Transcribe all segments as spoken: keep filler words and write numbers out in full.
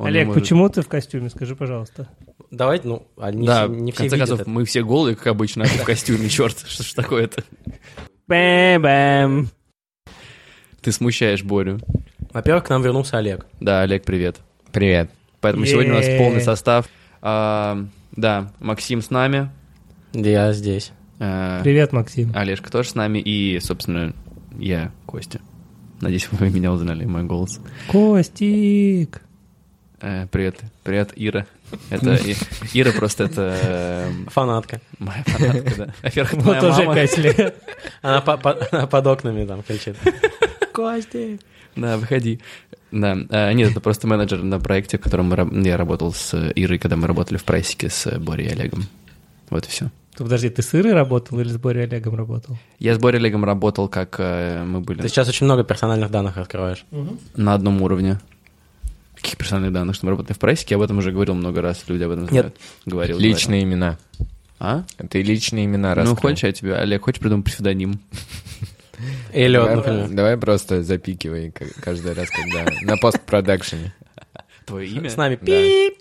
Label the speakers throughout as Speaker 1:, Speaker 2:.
Speaker 1: Он
Speaker 2: Олег,
Speaker 1: может...
Speaker 2: почему ты в костюме? Скажи, пожалуйста.
Speaker 3: Давайте, ну, они
Speaker 1: Да,
Speaker 3: все, не
Speaker 1: в
Speaker 3: все
Speaker 1: конце
Speaker 3: видят
Speaker 1: концов,
Speaker 3: это.
Speaker 1: мы все голые, как обычно, а ты в костюме, черт, что ж такое-то?
Speaker 2: Бэм-бэм.
Speaker 1: Ты смущаешь Борю.
Speaker 3: Во-первых, к нам вернулся Олег.
Speaker 1: Да, Олег, привет.
Speaker 4: Привет.
Speaker 1: Поэтому сегодня у нас полный состав. А, да, Максим с нами.
Speaker 3: Я здесь.
Speaker 1: А,
Speaker 2: Привет, Максим.
Speaker 1: Олежка тоже с нами. И, собственно, я, Костя. Надеюсь, вы меня узнали, мой голос.
Speaker 2: Костик.
Speaker 1: Э, привет, привет, Ира. Это И- Ира просто это э,
Speaker 3: Фанатка.
Speaker 1: моя фанатка, да. Во-первых, это
Speaker 2: Вот
Speaker 1: моя
Speaker 2: уже
Speaker 1: мама.
Speaker 2: Катя.
Speaker 3: Она по- по- она под окнами там кричит. Костик.
Speaker 1: Да, выходи. Да, а, нет, это просто менеджер на проекте, в котором мы, раб- я работал с Ирой, когда мы работали в прайсике с Борей и Олегом. Вот и все.
Speaker 2: Подожди, ты с Ирой работал или с Борей Олегом работал?
Speaker 1: Я с Борей и Олегом работал, как э, мы были
Speaker 3: Ты сейчас очень много персональных данных открываешь.
Speaker 1: на одном уровне. Каких персональных данных, что мы работали в прайсике, я об этом уже говорил много раз, люди об этом знают.
Speaker 3: Нет.
Speaker 1: Говорил.
Speaker 4: Личные имена.
Speaker 1: говорил. А?
Speaker 4: Ты личные имена
Speaker 1: Ну,
Speaker 4: раскрыл.
Speaker 1: хочешь, я тебе, Олег, хочешь придумать псевдоним?
Speaker 3: Эллиот,
Speaker 4: Давай,
Speaker 3: например.
Speaker 4: давай просто запикивай к- каждый раз, когда на постпродакшене.
Speaker 1: Твое имя?
Speaker 3: С нами
Speaker 4: Да.
Speaker 3: пип.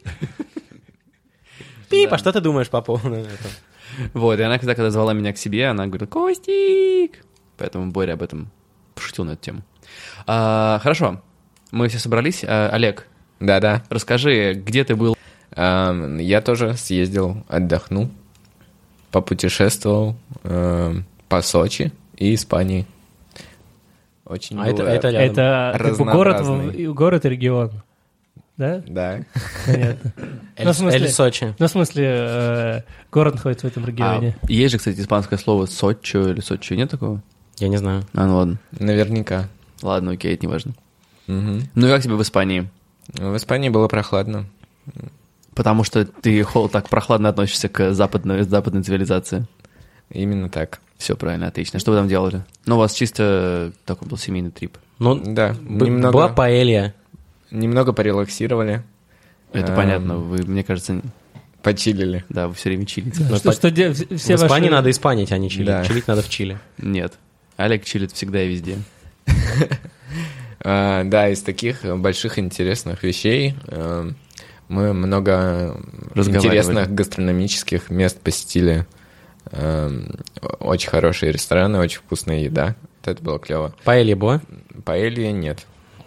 Speaker 3: Пип,
Speaker 1: Да.
Speaker 3: а что ты думаешь по поводу этого?
Speaker 1: Вот, и она, когда, когда звала меня к себе, она говорила: «Костик!» Поэтому Боря об этом пошутил на эту тему. А, хорошо, мы все собрались. А, Олег,
Speaker 4: Да-да.
Speaker 1: расскажи, где ты был?
Speaker 4: Ам, Я тоже съездил, отдохнул, попутешествовал эм, по Сочи и Испании. Очень
Speaker 3: А это,
Speaker 4: было-
Speaker 3: это рядом.
Speaker 2: Это типа город,
Speaker 4: разнообразный.
Speaker 2: в- город и регион. Да?
Speaker 4: Да.
Speaker 2: Понятно.
Speaker 3: Эль,
Speaker 2: Ну, в смысле-
Speaker 3: Эль Сочи.
Speaker 2: Ну, в смысле, э, город находится в этом регионе.
Speaker 1: А, есть же, кстати, испанское слово «соччо» или «соччо», нет такого?
Speaker 3: Я не знаю.
Speaker 1: А, ну ладно.
Speaker 4: Наверняка.
Speaker 1: Ладно, окей, это не важно.
Speaker 4: Мгм.
Speaker 1: Ну и как тебе в Испании?
Speaker 4: В Испании было прохладно.
Speaker 1: Потому что ты хол- так прохладно относишься к западной, западной цивилизации.
Speaker 4: Именно так.
Speaker 1: Все правильно, отлично. Что вы там делали? Ну, у вас чисто такой был семейный трип.
Speaker 3: Ну,
Speaker 4: Да,
Speaker 3: б-
Speaker 4: немного,
Speaker 3: была паэлья.
Speaker 4: немного порелаксировали,
Speaker 1: Это
Speaker 4: Эм.
Speaker 1: понятно, вы, мне кажется,
Speaker 4: почилили.
Speaker 1: да, вы все время чилите.
Speaker 3: Ну,
Speaker 2: Что,
Speaker 3: по-
Speaker 2: что де- все
Speaker 3: В Испании
Speaker 2: ваши-
Speaker 3: надо испанить, а не чилить.
Speaker 4: Да.
Speaker 3: Чилить надо в Чили.
Speaker 1: Нет. Олег чилит всегда и везде.
Speaker 4: А, Да, из таких больших интересных вещей эм, мы много
Speaker 1: Разговаривали.
Speaker 4: интересных гастрономических мест посетили. Эм, Очень хорошие рестораны, очень вкусная еда. Вот это было клево.
Speaker 3: Паэлья была?
Speaker 4: Паэлья нет.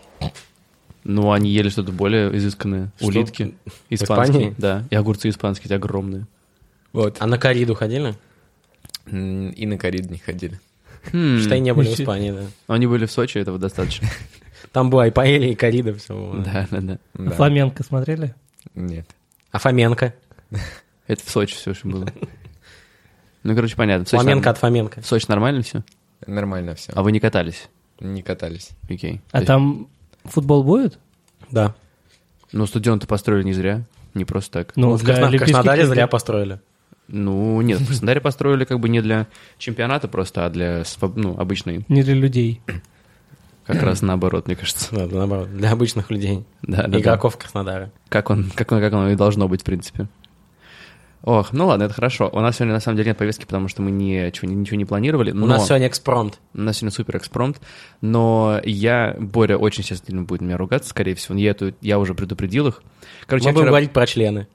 Speaker 1: Ну, они ели что-то более изысканное.
Speaker 3: Что?
Speaker 1: Улитки.
Speaker 3: Испании?
Speaker 1: Испанские. Да. И огурцы испанские, эти огромные.
Speaker 4: Вот.
Speaker 3: А на кориду ходили?
Speaker 4: М, И на корид не ходили.
Speaker 1: Хм.
Speaker 3: Считай, не были в
Speaker 2: Ничего.
Speaker 3: Испании, да.
Speaker 1: Они были в Сочи, этого достаточно.
Speaker 3: Там была и паэлья, и корида, все.
Speaker 1: Да, да, да.
Speaker 2: А
Speaker 4: Да.
Speaker 2: Фламенко смотрели?
Speaker 4: Нет.
Speaker 3: А Фоменко?
Speaker 1: Это в Сочи все, что было. Ну, короче, понятно. В Сочи
Speaker 3: Фоменко
Speaker 1: норм-
Speaker 3: от Фоменко.
Speaker 1: В Сочи нормально все?
Speaker 4: Нормально все.
Speaker 1: А вы не катались?
Speaker 4: Не катались.
Speaker 1: Окей.
Speaker 2: А
Speaker 1: То есть-
Speaker 2: там футбол будет?
Speaker 3: Да.
Speaker 1: Ну, стадион-то построили не зря. Не просто так.
Speaker 3: Ну, в
Speaker 2: для
Speaker 3: Красна-
Speaker 2: Олимпийских
Speaker 3: Краснодаре
Speaker 2: игр.
Speaker 3: зря построили.
Speaker 1: Ну, нет, в Краснодаре построили как бы не для чемпионата просто, а для своб- ну, обычной.
Speaker 2: Не для людей.
Speaker 1: Как раз наоборот, мне кажется.
Speaker 3: Да, да, наоборот, для обычных людей.
Speaker 1: Да, да, да.
Speaker 3: Игроков Краснодара.
Speaker 1: Как, он, как, он, как оно и должно быть, в принципе. Ох, ну ладно, это хорошо. У нас сегодня на самом деле нет повестки, потому что мы ничего, ничего не планировали.
Speaker 3: У
Speaker 1: но...
Speaker 3: нас сегодня экспромт.
Speaker 1: У нас сегодня супер экспромт, но я, Боря очень сейчас сильно будет на меня ругаться, скорее всего. Я, эту, я уже предупредил их. Короче,
Speaker 3: Мы
Speaker 1: я
Speaker 3: будем
Speaker 1: вчера-
Speaker 3: говорить про члены.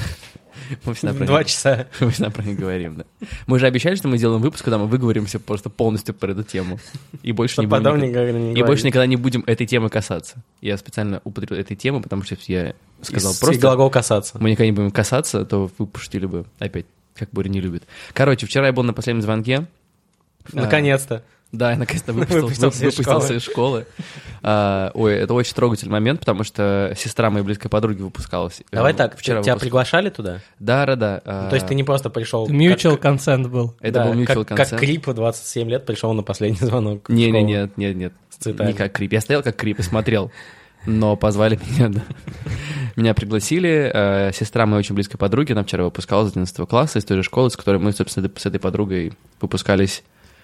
Speaker 1: Мы всегда про
Speaker 3: Два
Speaker 1: них-
Speaker 3: часа.
Speaker 1: мы всегда про них говорим, да. Мы же обещали, что мы сделаем выпуск, когда мы выговоримся просто полностью про эту тему. И больше, не
Speaker 3: Чтобы
Speaker 1: будем,
Speaker 3: потом не
Speaker 1: никак-
Speaker 3: говорили, не
Speaker 1: и
Speaker 3: говорили.
Speaker 1: больше никогда не будем этой темы касаться. Я специально употребил этой темы, потому что если я сказал
Speaker 3: И с-
Speaker 1: просто...
Speaker 3: И глагол касаться.
Speaker 1: мы никогда не будем касаться, то вы пошутили бы опять, как Боря не любит. Короче, вчера я был на последнем звонке.
Speaker 3: Наконец-то.
Speaker 1: Да, я наконец-то выпустился,
Speaker 3: Выпустился из
Speaker 1: выпустился
Speaker 3: школы.
Speaker 1: из школы. А, ой, это очень трогательный момент, потому что сестра моей близкой подруги выпускалась.
Speaker 3: Давай
Speaker 1: Э,
Speaker 3: так,
Speaker 1: вчера
Speaker 3: тебя
Speaker 1: выпуск-
Speaker 3: приглашали туда?
Speaker 1: Да, да, да.
Speaker 3: Ну, то есть ты не просто пришел...
Speaker 2: Mutual consent был.
Speaker 1: Это был mutual
Speaker 3: как, как
Speaker 1: consent.
Speaker 3: Крип в двадцать семь лет пришел на последний звонок. в
Speaker 1: Не, не,
Speaker 3: школу.
Speaker 1: нет, нет, нет.
Speaker 3: С цветами.
Speaker 1: Не как Крип. Я стоял как Крип и смотрел. Но позвали меня, да. Меня пригласили. э, Сестра моей очень близкой подруги, она вчера выпускалась из одиннадцатого класса, из той же школы, с которой мы, собственно, с этой подругой выпускались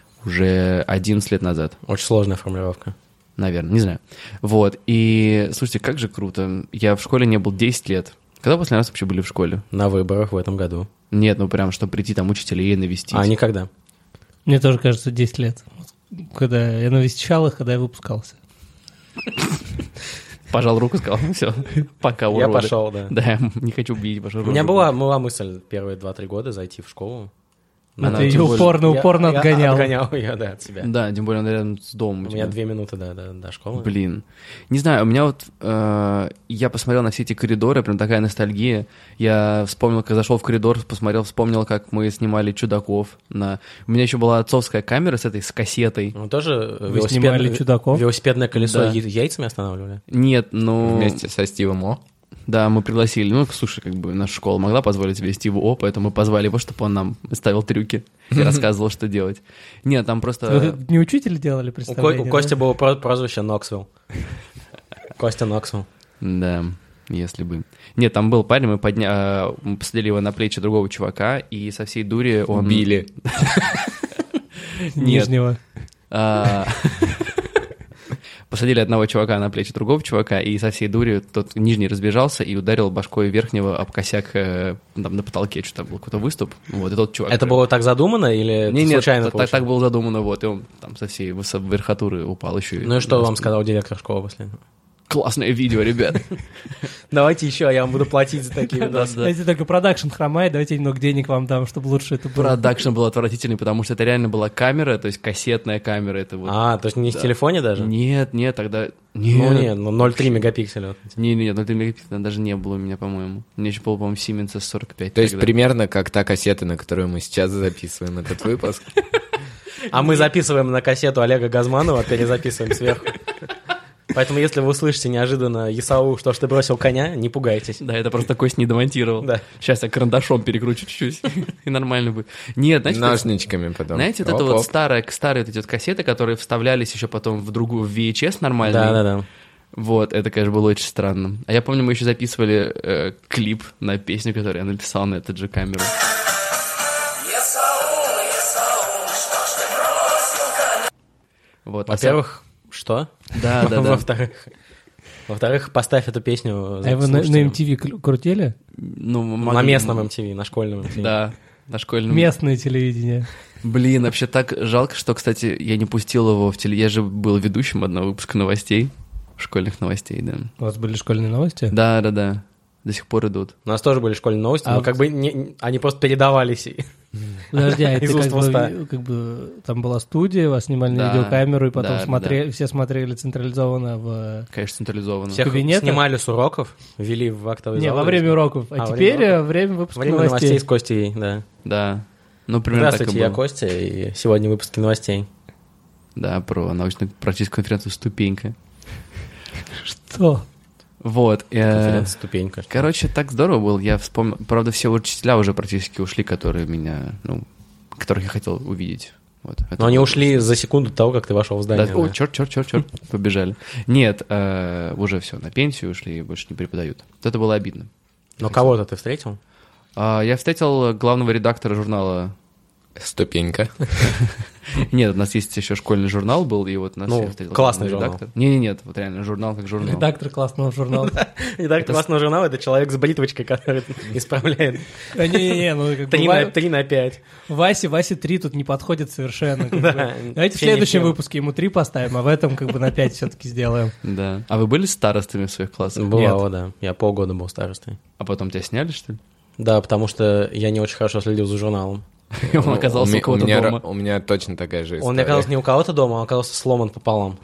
Speaker 1: уже одиннадцать лет назад.
Speaker 3: Очень сложная формулировка.
Speaker 1: Наверное, не знаю. Вот, и, слушайте, как же круто. Я в школе не был десять лет. Когда последний раз вообще были в школе?
Speaker 3: На выборах в этом году.
Speaker 1: Нет, ну прям, чтобы прийти там учителей навестить.
Speaker 3: А никогда.
Speaker 2: Мне тоже кажется, десять лет. Когда я навещал их, когда я выпускался.
Speaker 1: Пожал руку, сказал, все, пока, уроды.
Speaker 3: Я пошел, да.
Speaker 1: Да, не хочу бить вашу
Speaker 3: У
Speaker 1: руку.
Speaker 3: меня была, была мысль первые два-три года зайти в школу.
Speaker 2: А
Speaker 1: Она
Speaker 2: ты
Speaker 1: тем
Speaker 2: ее
Speaker 1: более-
Speaker 2: упорно,
Speaker 3: Я-
Speaker 2: упорно
Speaker 3: я
Speaker 2: отгонял.
Speaker 3: Отгонял ее, да, от себя.
Speaker 1: Да, тем более он рядом с домом.
Speaker 3: У
Speaker 1: у
Speaker 3: меня
Speaker 1: тебя.
Speaker 3: две минуты до, до, до школы.
Speaker 1: Блин. Не знаю, у меня вот... э, я посмотрел на все эти коридоры, прям такая ностальгия. Я вспомнил, как зашел в коридор, посмотрел, вспомнил, как мы снимали «Чудаков». На... У меня еще была отцовская камера с этой, с кассетой.
Speaker 3: Мы тоже
Speaker 2: Вы
Speaker 3: велосипед-
Speaker 2: снимали «Чудаков»?
Speaker 3: велосипедное колесо
Speaker 1: Да.
Speaker 3: я- яйцами останавливали.
Speaker 1: Нет, ну...
Speaker 4: Вместе со Стивом О.
Speaker 1: Да, мы пригласили. Ну, слушай, как бы наша школа могла позволить себе Стиву О, поэтому мы позвали его, чтобы он нам ставил трюки и рассказывал, что делать. Нет, там
Speaker 2: Вы
Speaker 1: просто...
Speaker 2: не учители делали
Speaker 3: У, Ко-
Speaker 2: представление?
Speaker 3: у
Speaker 2: да?
Speaker 3: Кости было про- прозвище Ноксвилл. Костя Ноксвилл.
Speaker 1: Да, если бы. Нет, там был парень, мы, подня... мы посадили его на плечи другого чувака, и со всей дури он...
Speaker 4: Били.
Speaker 1: Нет.
Speaker 2: Нижнего.
Speaker 1: А, Посадили одного чувака на плечи другого чувака, и со всей дури тот нижний разбежался и ударил башкой верхнего об косяк э, там на потолке, что-то был какой-то выступ. Вот, и тот чувак...
Speaker 3: Это было так задумано или
Speaker 1: Не, нет,
Speaker 3: случайно
Speaker 1: так,
Speaker 3: получилось?
Speaker 1: так было задумано, вот, и он там со всей высо- верхотуры упал еще.
Speaker 3: Ну и что вам сказал директор школы после?
Speaker 1: Классное видео, ребят.
Speaker 3: Давайте еще, я вам буду платить за такие видосы.
Speaker 2: Знаете, только продакшн хромает, давайте немного денег вам дам, чтобы лучше это было.
Speaker 1: Продакшн был отвратительный, потому что это реально была камера, то есть кассетная камера. Это вот...
Speaker 3: А, то есть не в телефоне даже?
Speaker 1: Нет, нет, тогда... Нет.
Speaker 3: Ну нет, ну ноль целых три мегапикселя.
Speaker 1: Не, не, нет, ноль целых три мегапикселя даже не было у меня, по-моему. У меня еще был, по-моему, Siemens эс сорок пять.
Speaker 4: То есть
Speaker 1: тогда.
Speaker 4: примерно как та кассета, на которую мы сейчас записываем этот выпуск.
Speaker 3: А мы записываем на кассету Олега Газманова, перезаписываем сверху. Поэтому если вы услышите неожиданно Исау, что ж ты бросил коня, не пугайтесь.
Speaker 1: Да, это просто Кость не домонтировал.
Speaker 3: Да.
Speaker 1: Сейчас я карандашом перекручу чуть-чуть, и нормально будет. Нет, знаете,
Speaker 4: Ножничками потом.
Speaker 1: знаете, вот это
Speaker 4: Оп-оп.
Speaker 1: вот старые, старые вот эти вот кассеты, которые вставлялись еще потом в другую, в ви эйч эс нормальный.
Speaker 3: Да-да-да.
Speaker 1: Вот, это, конечно, было очень странно. А я помню, мы еще записывали э, клип на песню, которую я написал на эту же камеру. Вот, а
Speaker 3: Во-первых, что?
Speaker 1: сам- да, да, да.
Speaker 3: Во-вторых, во-вторых, поставь эту песню.
Speaker 2: А его на, на эм ти ви кру- крутили?
Speaker 1: Ну,
Speaker 3: На
Speaker 1: могли-
Speaker 3: местном эм ти ви, на школьном эм ти ви.
Speaker 1: Да, на школьном.
Speaker 2: Местное телевидение.
Speaker 1: Блин, вообще так жалко, что, кстати, я не пустил его в теле. Я же был ведущим одного выпуска новостей, школьных новостей, да.
Speaker 2: У вас были школьные новости?
Speaker 1: Да, да, да. До сих пор идут.
Speaker 3: У нас тоже были школьные новости,
Speaker 2: А
Speaker 3: но
Speaker 2: вот-
Speaker 3: как бы не- они просто передавались.
Speaker 2: Подожди, а это
Speaker 3: Из
Speaker 2: как
Speaker 3: уст в
Speaker 2: бы,
Speaker 3: уста.
Speaker 2: как бы там была студия, вас снимали
Speaker 1: Да,
Speaker 2: на видеокамеру, и потом
Speaker 1: да,
Speaker 2: смотрели, все смотрели централизованно в...
Speaker 1: Конечно, централизованно.
Speaker 3: Всех
Speaker 2: кабинетах?
Speaker 3: снимали с уроков, вели в актовый
Speaker 2: Не,
Speaker 3: зал.
Speaker 2: во время уроков. А,
Speaker 3: А, во
Speaker 2: теперь
Speaker 3: время
Speaker 2: э, время выпуска
Speaker 3: Время новостей
Speaker 2: новостей.
Speaker 3: с Костей, да.
Speaker 1: Да. Ну, примерно
Speaker 3: Здравствуйте,
Speaker 1: так и
Speaker 3: я
Speaker 1: было.
Speaker 3: Костя, и сегодня выпуски новостей.
Speaker 1: Да, про научно-практическую конференцию «Ступенька».
Speaker 2: Что?
Speaker 1: Вот. э,
Speaker 3: Конференция «Ступенька».
Speaker 1: Короче, так здорово было. Я вспомнил... Правда, все учителя уже практически ушли, которые меня... Ну, которых я хотел увидеть. Вот. Это
Speaker 3: Но они
Speaker 1: было
Speaker 3: ушли за секунду до того, как ты вошел в
Speaker 1: Да,
Speaker 3: здание.
Speaker 1: о,
Speaker 3: да.
Speaker 1: черт, черт, черт, черт, побежали. Нет, э, уже все, на пенсию ушли и больше не преподают. Вот это было обидно.
Speaker 3: Но кого-то ты встретил?
Speaker 1: А, я встретил главного редактора журнала.
Speaker 4: Ступенька.
Speaker 1: Нет, у нас есть еще школьный журнал был, и вот нас
Speaker 3: Ну,
Speaker 1: я встретил
Speaker 3: классный
Speaker 1: главный
Speaker 3: журнал.
Speaker 1: редактор. Не, не, нет, вот реально журнал как журнал.
Speaker 2: Редактор классного журнала.
Speaker 3: Редактор классного журнала — это человек с бритвочкой, который исправляет.
Speaker 2: Да не-не-не, ну как бы
Speaker 3: Три на-
Speaker 2: Ва-
Speaker 3: три на пять.
Speaker 2: Васе, Васе три тут не подходит совершенно. как
Speaker 3: Да,
Speaker 2: бы. Давайте в
Speaker 3: вообще ни
Speaker 2: следующем
Speaker 3: в чем.
Speaker 2: выпуске ему три поставим, а в этом как бы на пять все-таки сделаем.
Speaker 1: Да. А вы были старостами в своих классах?
Speaker 3: Бывало, да. Я полгода был старостой.
Speaker 1: А потом тебя сняли, что ли?
Speaker 3: Да, потому что я не очень хорошо следил за журналом.
Speaker 1: И он оказался у
Speaker 4: ме-
Speaker 1: кого-то
Speaker 4: меня,
Speaker 1: дома.
Speaker 4: ра- у меня точно такая же история.
Speaker 3: Он не оказался не у кого-то дома, он оказался сломан пополам.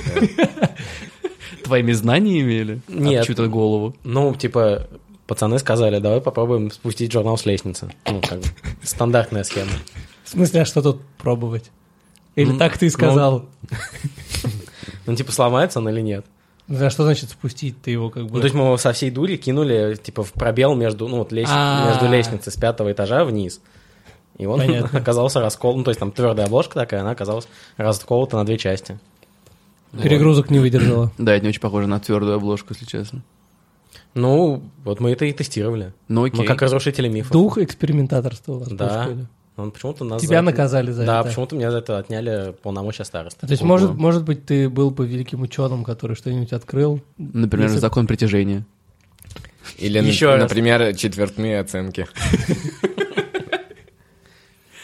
Speaker 1: Твоими знаниями или?
Speaker 3: Нет.
Speaker 1: Об чью-то голову?
Speaker 3: Ну, типа, пацаны сказали, давай попробуем спустить журнал с лестницы. Ну, как бы, стандартная схема.
Speaker 2: В смысле, а что тут пробовать? Или
Speaker 3: Ну,
Speaker 2: так ты и сказал?
Speaker 3: Ну, типа, сломается он или нет?
Speaker 2: А что значит спустить ты его как бы?
Speaker 3: Ну, то есть мы его со всей дури кинули, типа, в пробел между, ну, вот лес-
Speaker 2: А.
Speaker 3: между лестницей с пятого этажа вниз. И он
Speaker 2: Понятно.
Speaker 3: оказался расколот. Ну, то есть там твердая обложка такая, она оказалась расколота на две части.
Speaker 2: Перегрузок не выдержала.
Speaker 1: Да, это не очень похоже на твердую обложку, если честно.
Speaker 3: Ну, вот мы это и тестировали.
Speaker 1: Ну окей.
Speaker 3: Мы как разрушители мифов.
Speaker 2: Дух экспериментаторства у вас
Speaker 3: Да.
Speaker 2: происходит.
Speaker 3: Он почему-то нас
Speaker 2: Тебя
Speaker 3: за это-
Speaker 2: наказали за
Speaker 3: Да,
Speaker 2: это.
Speaker 3: почему-то меня за это отняли полномочия старосты.
Speaker 2: То есть, может, может быть, ты был бы великим ученым, который что-нибудь открыл?
Speaker 1: Например,
Speaker 2: Если-
Speaker 1: закон притяжения.
Speaker 4: Или, на-
Speaker 3: Еще раз.
Speaker 4: например, четвертные оценки.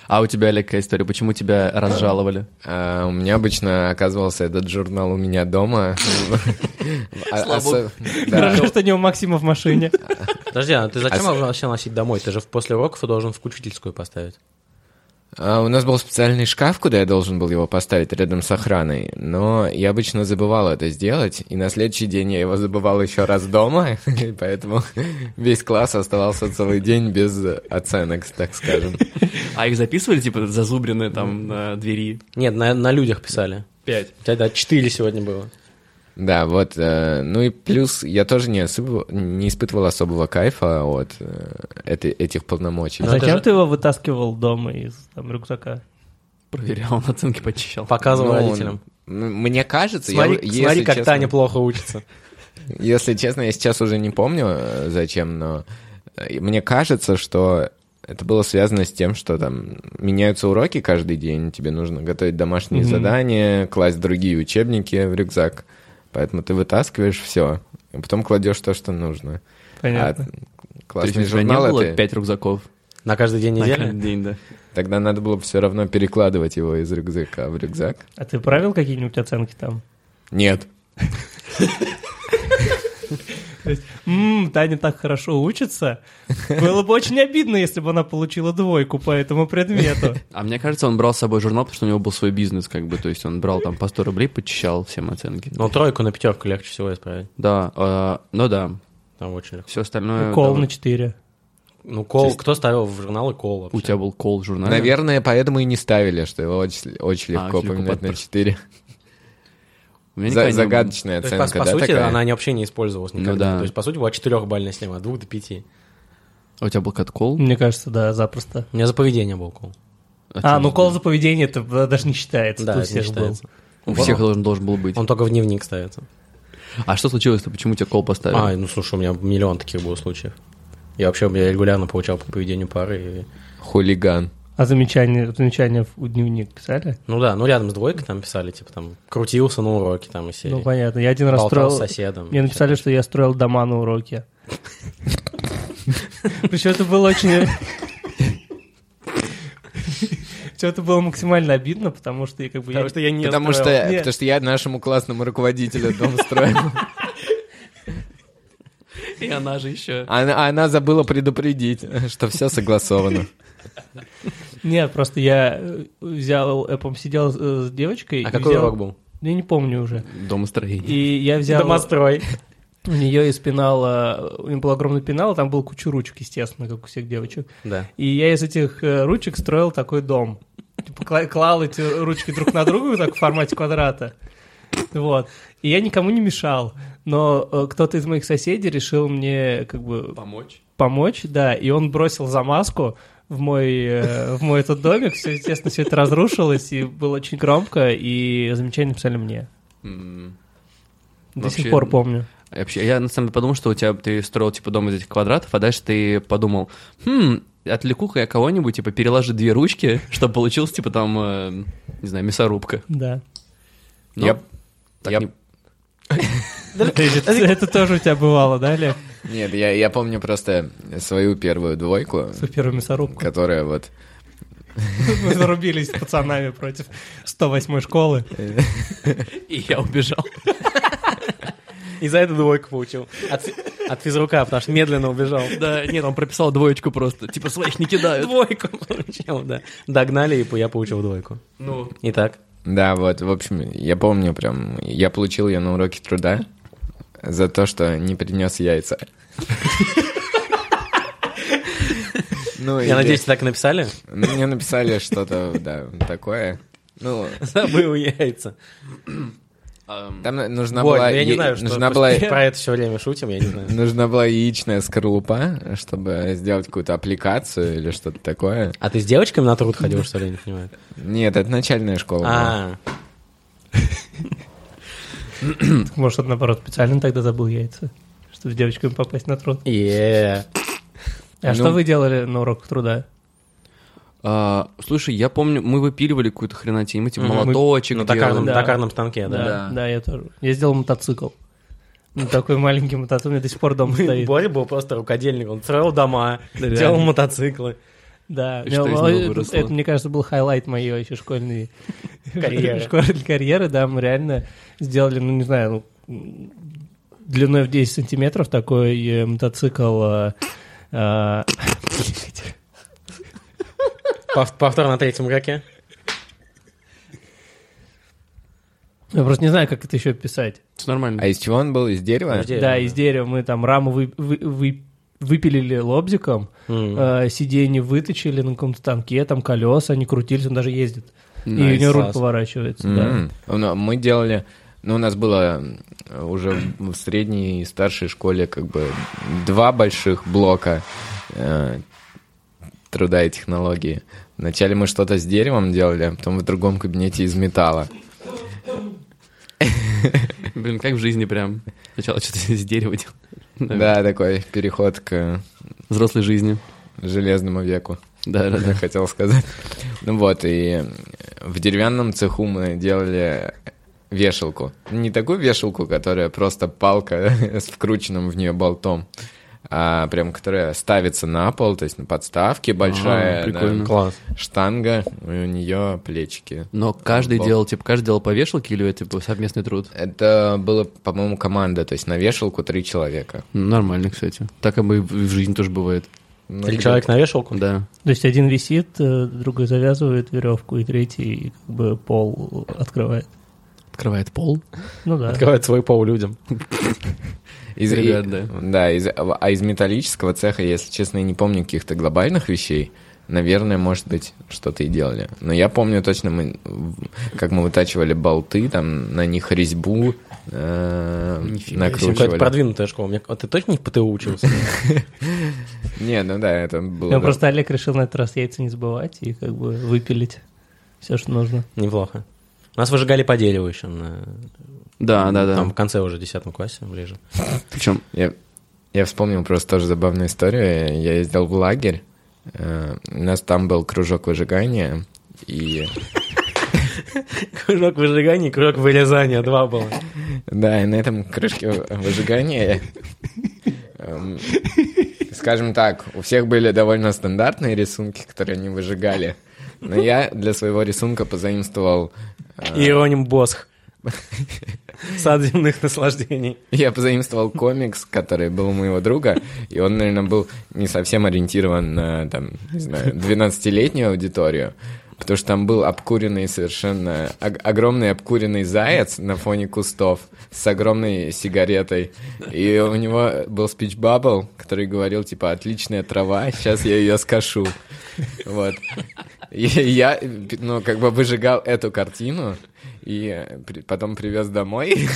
Speaker 1: А у тебя, Олег, какая история? Почему тебя разжаловали?
Speaker 4: А, у меня обычно оказывался этот журнал у меня дома.
Speaker 1: Слава
Speaker 2: Хорошо, что не у Максима в машине.
Speaker 3: Подожди, а ты зачем вообще носить домой? Ты же после уроков должен в учительскую поставить.
Speaker 4: А, у нас был специальный шкаф, куда я должен был его поставить рядом с охраной, но я обычно забывал это сделать, и на следующий день я его забывал еще раз дома, и поэтому весь класс оставался целый день без оценок, так скажем.
Speaker 1: А их записывали, типа, зазубренные там на двери?
Speaker 3: Нет, на, на людях писали.
Speaker 1: Пять.
Speaker 3: У тебя, да, четыре сегодня было.
Speaker 4: Да, вот, э, ну и плюс я тоже не, особо, не испытывал особого кайфа от э, этой, этих полномочий.
Speaker 2: А зачем ты его вытаскивал дома из там, рюкзака?
Speaker 1: Проверял, он оценки почищал.
Speaker 3: Показывал
Speaker 4: Ну,
Speaker 3: родителям.
Speaker 4: м- Мне кажется,
Speaker 3: Смотри,
Speaker 4: я,
Speaker 3: смотри
Speaker 4: если
Speaker 3: как
Speaker 4: честно,
Speaker 3: Таня плохо учится.
Speaker 4: Если честно, я сейчас уже не помню, э, зачем, но э, мне кажется, что это было связано с тем, что там меняются уроки каждый день, тебе нужно готовить домашние
Speaker 2: Мгм.
Speaker 4: задания, класть другие учебники в рюкзак, поэтому ты вытаскиваешь все, и потом кладешь то, что нужно.
Speaker 2: Понятно.
Speaker 4: А
Speaker 1: То есть
Speaker 4: классный
Speaker 1: у тебя не
Speaker 4: журнал
Speaker 1: было
Speaker 4: это...
Speaker 1: пять рюкзаков?
Speaker 3: На каждый день
Speaker 1: На
Speaker 3: недели?
Speaker 1: каждый день, да.
Speaker 4: Тогда надо было все равно перекладывать его из рюкзака в рюкзак.
Speaker 2: А ты правил какие-нибудь оценки там?
Speaker 4: Нет.
Speaker 2: То есть, «М, Таня так хорошо учится. Было бы очень обидно, если бы она получила двойку по этому предмету».
Speaker 1: А мне кажется, он брал с собой журнал, потому что у него был свой бизнес, как бы, то есть он брал там по сто рублей, почищал всем оценки.
Speaker 3: Ну, тройку на пятерку легче всего исправить.
Speaker 1: Да, э, ну да,
Speaker 3: Там очень легко.
Speaker 1: все остальное...
Speaker 2: Кол
Speaker 1: да,
Speaker 2: на четыре.
Speaker 3: Ну, кол,
Speaker 1: То есть-
Speaker 3: кто ставил в журналы кол вообще?
Speaker 1: У тебя был кол в журнале?
Speaker 4: Наверное, поэтому и не ставили, что его очень, очень
Speaker 1: А,
Speaker 4: легко
Speaker 1: очень легко
Speaker 4: поменять на
Speaker 1: подпорт.
Speaker 4: четыре.
Speaker 1: У меня
Speaker 4: За-
Speaker 1: никогда не было.
Speaker 4: загадочная
Speaker 3: То есть, по,
Speaker 4: оценка,
Speaker 3: по
Speaker 4: да,
Speaker 3: сути,
Speaker 4: такая?
Speaker 3: она не- вообще не использовалась никогда.
Speaker 1: Ну да.
Speaker 3: То есть, по сути, была четырехбальная система, от двух до пяти.
Speaker 1: А у тебя был кат-кол?
Speaker 2: Мне кажется, да, запросто.
Speaker 3: У меня за поведение был кол.
Speaker 2: А, ну кол за поведение это даже не считается.
Speaker 3: Да,
Speaker 2: это у
Speaker 3: это не
Speaker 2: всех был.
Speaker 3: считается.
Speaker 1: У всех должен, должен был быть.
Speaker 3: Он только в дневник ставится.
Speaker 1: А что случилось-то? Почему тебе кол поставили?
Speaker 3: А, ну слушай, у меня миллион таких было случаев. Я вообще я регулярно получал по поведению пары. И...
Speaker 4: Хулиган.
Speaker 2: А замечания, замечания в дневник писали?
Speaker 3: Ну да, ну рядом с двойкой там писали, типа там крутился на уроке там из серии.
Speaker 2: Ну, понятно. Я один раз
Speaker 3: Болтал
Speaker 2: строил...
Speaker 3: с соседом.
Speaker 2: Мне написали, что я строил дома на уроке. Причем это было очень... Причем это было максимально обидно, потому что я как бы...
Speaker 3: Потому
Speaker 2: я-
Speaker 3: что я не
Speaker 4: Потому что,
Speaker 3: строил.
Speaker 2: Нет.
Speaker 4: потому что я нашему классному руководителю дом строил.
Speaker 1: И она же еще...
Speaker 4: Она, а она забыла предупредить, что все согласовано.
Speaker 2: Нет, просто я э, взял, я, по-моему, сидел э, с девочкой.
Speaker 3: А
Speaker 2: и
Speaker 3: какой
Speaker 2: взял-
Speaker 3: урок был?
Speaker 2: Я не помню уже.
Speaker 1: Домостроение.
Speaker 2: И я взял...
Speaker 3: Домострой.
Speaker 2: У нее из пенала, у нее был огромный пенал, там был куча ручек, естественно, как у всех девочек.
Speaker 3: Да.
Speaker 2: И я из этих э, ручек строил такой дом. Типа кла- клал эти ручки друг на друга так в формате квадрата. Вот. И я никому не мешал. Но э, кто-то из моих соседей решил мне как бы
Speaker 1: Помочь?
Speaker 2: помочь, да, и он бросил замазку в мой, э, в мой этот домик. Все, естественно, все это разрушилось, и было очень громко, и замечания написали мне.
Speaker 1: М,
Speaker 2: До
Speaker 1: Вообще,
Speaker 2: сих пор помню.
Speaker 1: Вообще, я на самом деле подумал, что у тебя ты строил типа дом из этих квадратов, а дальше ты подумал, хм, отвлеку-ка я кого-нибудь, типа, переложи две ручки, чтобы получилось, типа, там, э, не знаю, мясорубка.
Speaker 2: Да.
Speaker 1: Но
Speaker 4: Я-
Speaker 1: так
Speaker 4: я-
Speaker 1: не-
Speaker 2: Это, это тоже у тебя бывало, да, Олег?
Speaker 4: Нет, я, я помню просто свою первую двойку,
Speaker 2: Супер мясорубку.
Speaker 4: которая вот...
Speaker 2: Мы зарубились с пацанами против сто восьмой школы.
Speaker 1: И я убежал.
Speaker 3: И за это двойку получил. От, фи- от физрука, потому что медленно убежал.
Speaker 1: Да, нет, он прописал двоечку просто, типа, своих не кидают.
Speaker 3: Двойку получил, да. Догнали, и я получил двойку.
Speaker 1: Ну,
Speaker 3: Итак.
Speaker 4: Да, вот, в общем, я помню прям, я получил ее на уроке труда за то, что не принес яйца. Ну,
Speaker 3: Я
Speaker 4: или-
Speaker 3: надеюсь, так и написали?
Speaker 4: Ну, мне написали что-то, да, такое. Ну,
Speaker 3: Забыл яйца.
Speaker 1: эм,
Speaker 4: там нужна
Speaker 3: Боль,
Speaker 4: была...
Speaker 3: я не
Speaker 4: я-
Speaker 3: знаю, что
Speaker 4: нужна
Speaker 3: просто
Speaker 4: была...
Speaker 3: про это все время шутим, я не знаю.
Speaker 4: Нужна была яичная скорлупа, чтобы сделать какую-то аппликацию или что-то такое.
Speaker 3: А ты с девочками на труд ходил, что ли, я не понимаю?
Speaker 4: Нет, это начальная школа была.
Speaker 3: А,
Speaker 2: Может, он, наоборот, специально тогда забыл яйца, чтобы с девочками попасть на труд.
Speaker 3: е
Speaker 2: А
Speaker 4: Ну-
Speaker 2: что вы делали на уроках труда?
Speaker 1: а, слушай, я помню, мы выпиливали какую-то хренотень, мы типа
Speaker 3: Мгм.
Speaker 1: молоточек
Speaker 3: На токарном,
Speaker 2: Да.
Speaker 3: токарном станке, да.
Speaker 2: Да, да, я тоже. Я сделал мотоцикл. Ну, такой маленький мотоцикл, у меня до сих пор дома стоит.
Speaker 3: Боря был просто рукодельник, он строил дома,
Speaker 1: Да,
Speaker 3: делал
Speaker 1: реально.
Speaker 3: мотоциклы.
Speaker 2: Да,
Speaker 1: И что из
Speaker 2: ну,
Speaker 1: него
Speaker 2: это,
Speaker 1: выросло?
Speaker 2: это, мне кажется, был хайлайт моей еще школьной
Speaker 3: Карьеры.
Speaker 2: школьной карьеры, да, мы реально сделали, ну, не знаю, ну, длиной в десять сантиметров такой э, мотоцикл. э, э,
Speaker 3: Пов- Повтор на третьем игроке.
Speaker 2: Я просто не знаю, как это еще описать.
Speaker 1: Все нормально.
Speaker 4: А из чего он был? Из дерева?
Speaker 3: Из дерева,
Speaker 2: Да,
Speaker 3: да.
Speaker 2: из дерева мы там раму вы- вы- вы- выпилили лобзиком,
Speaker 3: М.
Speaker 2: э, сиденье выточили на каком-то станке, там колеса, они крутились, он даже ездит. И у
Speaker 1: Найс.
Speaker 2: него руль
Speaker 3: класс.
Speaker 2: поворачивается, да.
Speaker 4: М. Ну, мы делали... Ну, у нас было уже в средней и старшей школе как бы два больших блока э, труда и технологии. Вначале мы что-то с деревом делали, а потом в другом кабинете из металла.
Speaker 1: Блин, как в жизни прям. Сначала что-то из дерева делал.
Speaker 4: Да, такой переход к
Speaker 1: Взрослой жизни.
Speaker 4: железному веку.
Speaker 1: Да, да,
Speaker 4: Я
Speaker 1: да.
Speaker 4: хотел сказать. Ну вот, и в деревянном цеху мы делали вешалку. Не такую вешалку, которая просто палка с вкрученным в нее болтом, а прям которая ставится на пол, то есть на подставке большая,
Speaker 1: А, прикольно.
Speaker 4: да,
Speaker 3: Класс.
Speaker 4: штанга, и у нее плечики.
Speaker 1: Но каждый
Speaker 4: Бог.
Speaker 1: делал, типа, каждый делал по вешалке или это типа совместный труд?
Speaker 4: Это было, по-моему, команда, то есть на вешалку три человека.
Speaker 1: Ну, нормально, кстати. Так и бы в в жизни тоже бывает.
Speaker 4: Ну,
Speaker 3: Три
Speaker 4: где-
Speaker 3: человека на вешалку?
Speaker 1: Да.
Speaker 2: То есть один висит, э, другой завязывает веревку, и третий как бы пол открывает.
Speaker 1: Открывает пол.
Speaker 2: Ну да.
Speaker 3: Открывает свой пол людям.
Speaker 4: Из,
Speaker 1: Ребят,
Speaker 4: и-
Speaker 1: да.
Speaker 4: да, из, а из металлического цеха, если честно, я не помню каких-то глобальных вещей. Наверное, может быть, что-то и делали. Но я помню точно, мы, в- как мы вытачивали болты, там на них резьбу э,
Speaker 1: Нифига себе.
Speaker 3: Какая-то
Speaker 4: накручивали.
Speaker 3: продвинутая школа. Мне- а ты точно не в ПТУ учился?
Speaker 4: Не, ну да, это было...
Speaker 2: Ну,
Speaker 4: да.
Speaker 2: просто Олег решил на этот раз яйца не забывать и как бы выпилить все, что нужно.
Speaker 3: Неплохо. Нас выжигали по дереву еще. На...
Speaker 1: Да, да, да.
Speaker 3: Там в конце уже, в десятом классе, ближе.
Speaker 1: Причем,
Speaker 4: Я, я вспомнил просто тоже забавную историю. Я ездил в лагерь, э, у нас там был кружок выжигания, и...
Speaker 3: Кружок выжигания и кружок вырезания. Два было.
Speaker 4: Да, и на этом кружке выжигания, эм, скажем так, у всех были довольно стандартные рисунки, которые они выжигали, но я для своего рисунка позаимствовал... э,
Speaker 3: Иероним Босх. Сад земных наслаждений.
Speaker 4: Я позаимствовал комикс, который был у моего друга, и он, наверное, был не совсем ориентирован на, там, не знаю, двенадцатилетнюю аудиторию, потому что там был обкуренный совершенно... ог- огромный обкуренный заяц на фоне кустов с огромной сигаретой, и у него был спич-бабл, который говорил, типа, отличная трава, сейчас я ее скошу. Вот. И я, ну, как бы выжигал эту картину, и при- потом привез домой.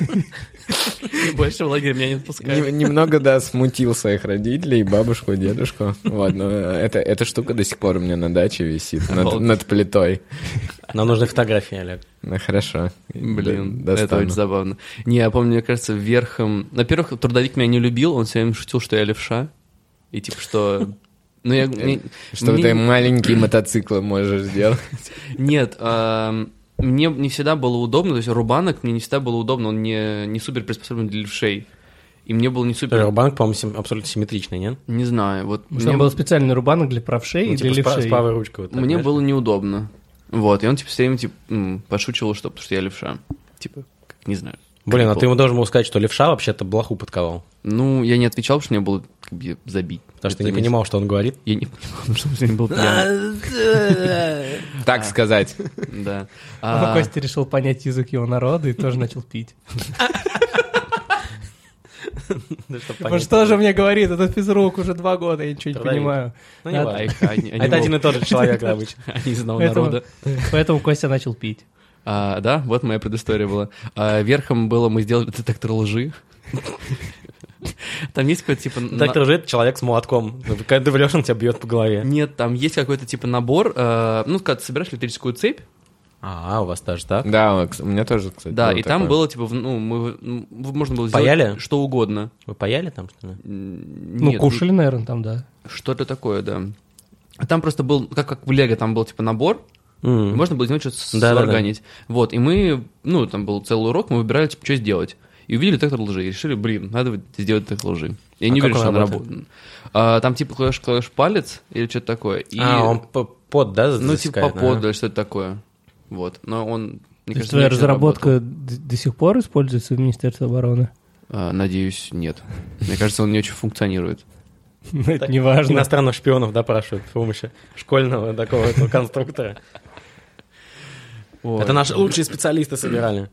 Speaker 1: больше в лагерь меня не отпускают.
Speaker 4: Нем- Немного, да, смутил своих родителей, бабушку, дедушку. Вот, но это, эта штука до сих пор у меня на даче висит, над,
Speaker 1: Обалдеть.
Speaker 4: над плитой.
Speaker 3: Нам нужны фотографии, Олег.
Speaker 4: Ну, хорошо.
Speaker 1: Блин,
Speaker 4: Д-
Speaker 1: это
Speaker 4: достану.
Speaker 1: очень забавно. Не, я помню, мне кажется, верхом... Во-первых, трудовик меня не любил, он все время шутил, что я левша. И типа, что... Ну, я... мне-
Speaker 4: Что
Speaker 1: мне-
Speaker 4: ты маленькие мотоциклы можешь сделать.
Speaker 1: Нет, ам, мне не всегда было удобно, то есть рубанок мне не всегда было удобно, он не, не супер приспособлен для левшей. И мне было не супер...
Speaker 3: Рубанок, по-моему, сим- абсолютно симметричный, нет?
Speaker 1: Не знаю, вот
Speaker 2: Может,
Speaker 1: мне,
Speaker 2: там был специальный рубанок для правшей
Speaker 3: Ну,
Speaker 2: и для
Speaker 3: типа с пра-
Speaker 2: левшей.
Speaker 3: с правой ручкой. Вот так,
Speaker 1: мне
Speaker 3: знаешь?
Speaker 1: было неудобно. Вот, и он типа все время типа, м, пошучивал, что, потому что я левша. Типа, как, не знаю.
Speaker 3: Блин, а
Speaker 1: Прикол.
Speaker 3: ты ему должен был сказать, что левша вообще-то блоху подковал.
Speaker 1: Ну, я не отвечал, потому что мне было как бы забить.
Speaker 3: Потому что
Speaker 1: Это
Speaker 3: ты не понимал, что он говорит.
Speaker 1: Я не понимал, потому что я был пьян.
Speaker 4: Так сказать.
Speaker 1: Да.
Speaker 2: А
Speaker 1: А,
Speaker 2: Костя решил понять язык его народа и тоже начал пить.
Speaker 3: Да, чтоб
Speaker 2: Ну
Speaker 3: понять.
Speaker 2: что же мне говорит этот физрук уже два года, я ничего не
Speaker 3: Трудовик.
Speaker 2: понимаю.
Speaker 3: Ну, не
Speaker 2: Надо-
Speaker 3: важно.
Speaker 1: а их- они- они
Speaker 3: Это
Speaker 1: мол-
Speaker 3: один и тот же человек обычно.
Speaker 1: Они из одного
Speaker 2: Поэтому,
Speaker 1: народа.
Speaker 2: поэтому Костя начал пить.
Speaker 1: А, да, вот моя предыстория была. А, верхом было, мы сделали детектор лжи. Там есть какой-то типа... на-
Speaker 3: Так это человек с молотком. Ну, Когда ты врешь, он тебя бьет по голове.
Speaker 1: Нет, там есть какой-то типа набор, э, ну, когда ты собираешь электрическую цепь,
Speaker 3: А, у вас даже так?
Speaker 4: Да, у меня тоже, кстати,
Speaker 1: да,
Speaker 4: было
Speaker 1: и там
Speaker 4: такое.
Speaker 1: было типа, в- ну, мы, ну, можно было сделать
Speaker 3: Паяли?
Speaker 1: что угодно.
Speaker 3: Вы паяли там, что ли?
Speaker 1: М,
Speaker 2: Ну,
Speaker 1: нет,
Speaker 2: кушали, наверное, там, да.
Speaker 1: Что-то такое, да. А там просто был, как, как в Лего, там был типа набор, и
Speaker 3: М.
Speaker 1: можно было сделать что-то
Speaker 3: Да-да-да.
Speaker 1: сварганить. Вот, и мы, ну, там был целый урок, мы выбирали, типа, что сделать. и увидели детектор лжи, и решили, блин, надо сделать детектор лжи. Я
Speaker 3: А
Speaker 1: не
Speaker 3: как
Speaker 1: верю,
Speaker 3: он
Speaker 1: что он
Speaker 3: работает?
Speaker 1: работает. А, там типа кладешь, кладешь палец или что-то такое. И,
Speaker 3: А, он п- под, да,
Speaker 1: ну, типа
Speaker 3: засекает,
Speaker 1: по поду
Speaker 3: ага.
Speaker 1: или что-то такое. Вот. Но он, мне
Speaker 2: То есть
Speaker 1: кажется,
Speaker 2: твоя
Speaker 1: не очень
Speaker 2: разработка
Speaker 1: работал.
Speaker 2: д- до сих пор используется в Министерстве обороны?
Speaker 1: А, надеюсь, нет. Мне кажется, он не очень функционирует.
Speaker 2: Ну, это
Speaker 3: Так,
Speaker 2: не важно.
Speaker 3: Иностранных шпионов допрашивают с помощью школьного такого этого конструктора.
Speaker 1: Вот.
Speaker 3: Это наши лучшие специалисты собирали.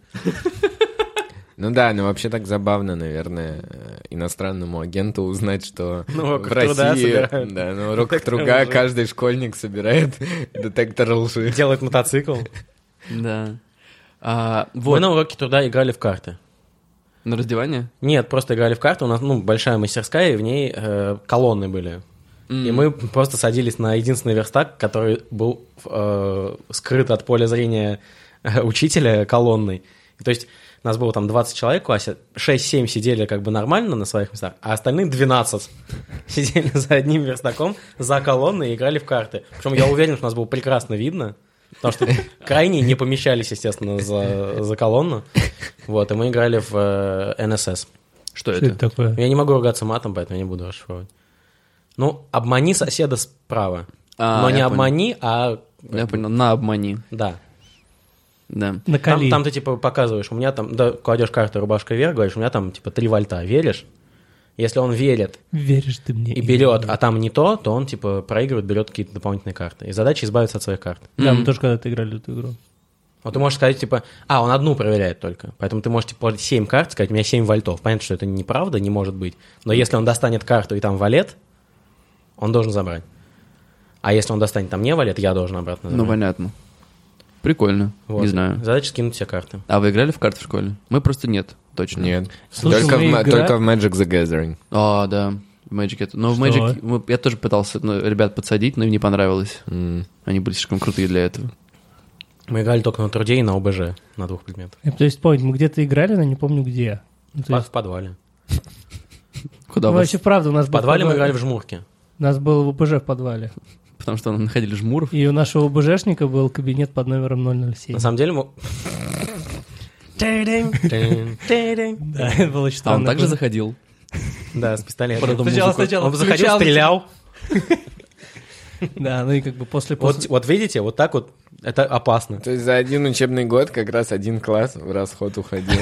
Speaker 4: Ну да, ну вообще так забавно, наверное, э, иностранному агенту узнать, что
Speaker 3: На
Speaker 4: в
Speaker 3: уроках труда
Speaker 4: России,
Speaker 3: собирают.
Speaker 4: да, на уроках
Speaker 3: Детектор
Speaker 4: труда
Speaker 3: лжи.
Speaker 4: каждый школьник собирает детектор лжи.
Speaker 3: Делает мотоцикл.
Speaker 1: Да. А,
Speaker 3: Мы
Speaker 1: вот,
Speaker 3: на уроке труда играли в карты.
Speaker 1: на раздевание?
Speaker 3: Нет, просто играли в карты. У нас ну, большая мастерская, и в ней э, колонны были. И мы просто садились на единственный верстак, который был э, скрыт от поля зрения э, учителя колонной. И, то есть нас было там двадцать человек в классе, шесть-семь сидели как бы нормально на своих местах, а остальные двенадцать сидели за одним верстаком, за колонной и играли в карты. Причем я уверен, что нас было прекрасно видно, потому что крайние не помещались, естественно, за, за колонну. Вот, и мы играли в э, эн эс эс.
Speaker 1: Что,
Speaker 2: Что
Speaker 1: это?
Speaker 2: это такое?
Speaker 3: Я не могу ругаться матом, поэтому я не буду расшифровывать. Ну, обмани соседа справа.
Speaker 1: А,
Speaker 3: Но
Speaker 1: я
Speaker 3: не
Speaker 1: понял.
Speaker 3: обмани, а...
Speaker 1: Я понял, на обмани.
Speaker 3: Да.
Speaker 1: Да.
Speaker 2: На
Speaker 3: Там,
Speaker 2: коли.
Speaker 3: там ты, типа, показываешь, у меня там... Да, кладешь карту рубашка вверх, говоришь, у меня там, типа, три вольта. Веришь? Если он верит
Speaker 2: Веришь ты мне?
Speaker 3: и
Speaker 2: или
Speaker 3: берет,
Speaker 2: нет?
Speaker 3: а там не то, то он, типа, проигрывает, берет какие-то дополнительные карты. И задача избавиться от своих карт.
Speaker 2: Да, мы
Speaker 1: Мгм.
Speaker 2: тоже когда-то играли в эту игру.
Speaker 3: Вот ты можешь сказать, типа, а, он одну проверяет только. Поэтому ты можешь, типа, семь карт сказать, у меня семь вольтов. Понятно, что это неправда, не может быть. Но если он достанет карту и там валет, он должен забрать. А если он достанет там не валет, я должен обратно
Speaker 1: Ну,
Speaker 3: забрать.
Speaker 1: понятно. Прикольно.
Speaker 3: Вот.
Speaker 1: Не знаю.
Speaker 3: Задача скинуть все карты.
Speaker 1: А вы играли в карты в школе? Мы просто нет, точно.
Speaker 4: Нет,
Speaker 2: Слушай,
Speaker 4: только, в,
Speaker 2: мы
Speaker 4: ма-
Speaker 2: игра-
Speaker 4: только в Magic the Gathering.
Speaker 1: А, да. Magic это. Но в
Speaker 2: Что?
Speaker 1: Magic мы- я тоже пытался ну, ребят подсадить, но им не понравилось.
Speaker 4: М.
Speaker 1: Они были слишком крутые для этого.
Speaker 3: Мы играли только на труде и на о бэ жэ, на двух предметах.
Speaker 2: Я пытаюсь вспомнить, мы где-то играли, но не помню где. Ну, то
Speaker 3: В
Speaker 2: есть-
Speaker 3: в подвале.
Speaker 1: Куда
Speaker 2: ну,
Speaker 1: вы?
Speaker 2: вообще, правда, у нас
Speaker 3: В
Speaker 2: был
Speaker 3: подвале мы
Speaker 2: подвал-
Speaker 3: играли в жмурки.
Speaker 2: У нас был в о бэ жэ в подвале.
Speaker 1: Потому что находили жмуров.
Speaker 2: И у нашего о бэ жэшника был кабинет под номером ноль ноль семь.
Speaker 3: На самом деле мы...
Speaker 2: Да, это было очень
Speaker 1: А он
Speaker 2: странно.
Speaker 1: также заходил.
Speaker 3: Да, с пистолетом.
Speaker 1: Потом
Speaker 2: Сначала-
Speaker 1: музыку.
Speaker 2: сначала
Speaker 3: Он заходил,
Speaker 2: включал-
Speaker 3: стрелял.
Speaker 2: Да, ну и как бы после...
Speaker 3: Вот,
Speaker 2: после-
Speaker 3: вот видите, вот так вот это опасно.
Speaker 4: То есть за один учебный год как раз один класс в расход уходил.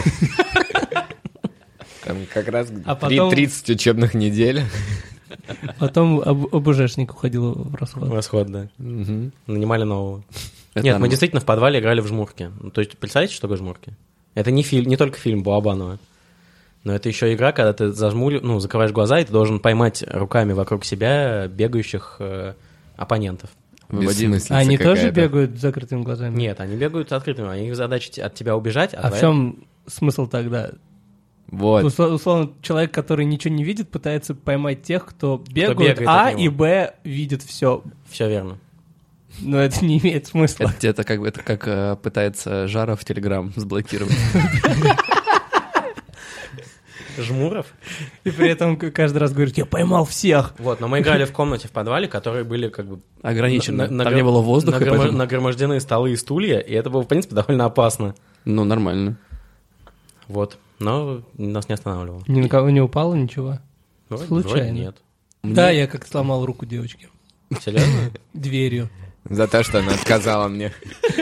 Speaker 4: Там как раз
Speaker 2: А
Speaker 4: три-
Speaker 2: потом-
Speaker 4: тридцать учебных недель.
Speaker 2: Потом об- о бэ жэшник уходил в расход.
Speaker 3: Расход, да.
Speaker 4: Мгм.
Speaker 3: Нанимали нового.
Speaker 1: Это
Speaker 3: Нет, мы
Speaker 1: нормально.
Speaker 3: действительно в подвале играли в жмурки. Ну, то есть, представляете, что такое жмурки? Это не, фильм, не только фильм Балабанова. Но это еще игра, когда ты зажмур... ну, закрываешь глаза, и ты должен поймать руками вокруг себя бегающих э, оппонентов.
Speaker 1: Выводим.
Speaker 4: Бессмыслица
Speaker 2: А они тоже
Speaker 4: какая-то.
Speaker 2: бегают с закрытыми глазами?
Speaker 3: Нет, они бегают с открытыми, а их задача от тебя убежать.
Speaker 2: А в
Speaker 3: твоя-
Speaker 2: чем смысл тогда?
Speaker 4: Вот.
Speaker 2: Услов- Условно, человек, который ничего не видит, пытается поймать тех, кто бегают,
Speaker 3: бегает
Speaker 2: а
Speaker 3: от него.
Speaker 2: и б видит все.
Speaker 3: Все верно.
Speaker 2: Но это не имеет смысла.
Speaker 1: Это, это как, это как э, пытается Жара в Телеграм заблокировать.
Speaker 3: Жмуров?
Speaker 2: И при этом к- каждый раз говорит, я поймал всех.
Speaker 3: Вот, но мы играли в комнате в подвале, которые были как бы...
Speaker 1: Ограниченно.
Speaker 3: на-
Speaker 1: Там
Speaker 3: нагр-
Speaker 1: не было воздуха,
Speaker 3: нагрома-
Speaker 1: поэтому-
Speaker 3: Нагромождены столы и стулья, и это было, в принципе, довольно опасно.
Speaker 1: Ну, нормально.
Speaker 3: Вот. Но нас не останавливало.
Speaker 2: Ни на кого не упало, ничего.
Speaker 3: Вроде-
Speaker 2: Случайно.
Speaker 3: вроде нет.
Speaker 2: Да, я как-то сломал руку девочки.
Speaker 3: Серьезно?
Speaker 2: Дверью.
Speaker 4: За то, что она отказала мне.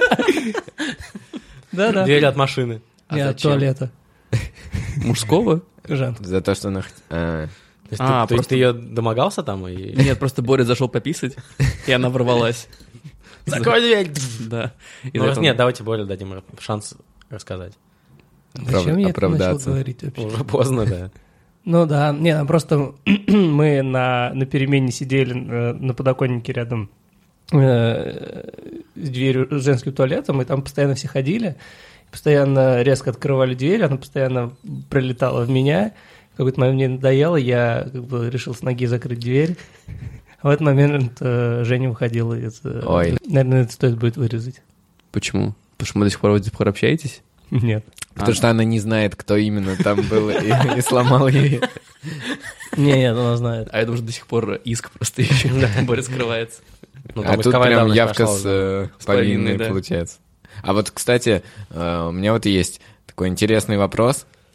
Speaker 2: Да-да.
Speaker 3: Дверь от машины.
Speaker 1: А
Speaker 2: Не от
Speaker 1: зачем?
Speaker 2: туалета.
Speaker 1: Мужского?
Speaker 2: Женского.
Speaker 4: За то, что она... хот- а.
Speaker 3: То есть,
Speaker 1: А,
Speaker 3: ты, то есть
Speaker 1: просто-
Speaker 3: ты ее домогался там и...
Speaker 1: Нет, просто Боря зашел пописать, и она ворвалась.
Speaker 3: Закрой дверь!
Speaker 1: Да. И
Speaker 3: Ну,
Speaker 1: за
Speaker 3: раз
Speaker 1: это-
Speaker 3: нет, давайте Боре дадим р- шанс рассказать.
Speaker 2: Зачем я это начал
Speaker 4: оправдаться.
Speaker 2: говорить вообще?
Speaker 3: Уже поздно, да.
Speaker 2: Ну да, не, ну просто мы на, на перемене сидели э, на подоконнике рядом э, с дверью с женским туалетом, и там постоянно все ходили, постоянно резко открывали дверь, она постоянно прилетала в меня. В какой-то момент мне надоело, я как бы решил с ноги закрыть дверь. А в этот момент э, Женя выходила из... э,
Speaker 4: Ой.
Speaker 2: Наверное, это стоит будет вырезать.
Speaker 1: Почему? Потому что мы до сих пор, до сих пор общаетесь?
Speaker 2: Нет.
Speaker 4: Потому что она не знает, кто именно там был и, и сломал ей.
Speaker 2: Не, нет, она знает.
Speaker 1: А это уже до сих пор иск просто еще. Боря скрывается.
Speaker 3: Ну, там
Speaker 4: А тут
Speaker 3: исковая
Speaker 4: прям
Speaker 3: давность
Speaker 4: явка
Speaker 3: пошла
Speaker 4: с,
Speaker 3: уже.
Speaker 4: э,
Speaker 1: С повинной,
Speaker 4: повинной
Speaker 1: да.
Speaker 4: получается. А вот, кстати, э, у меня вот есть такой интересный вопрос.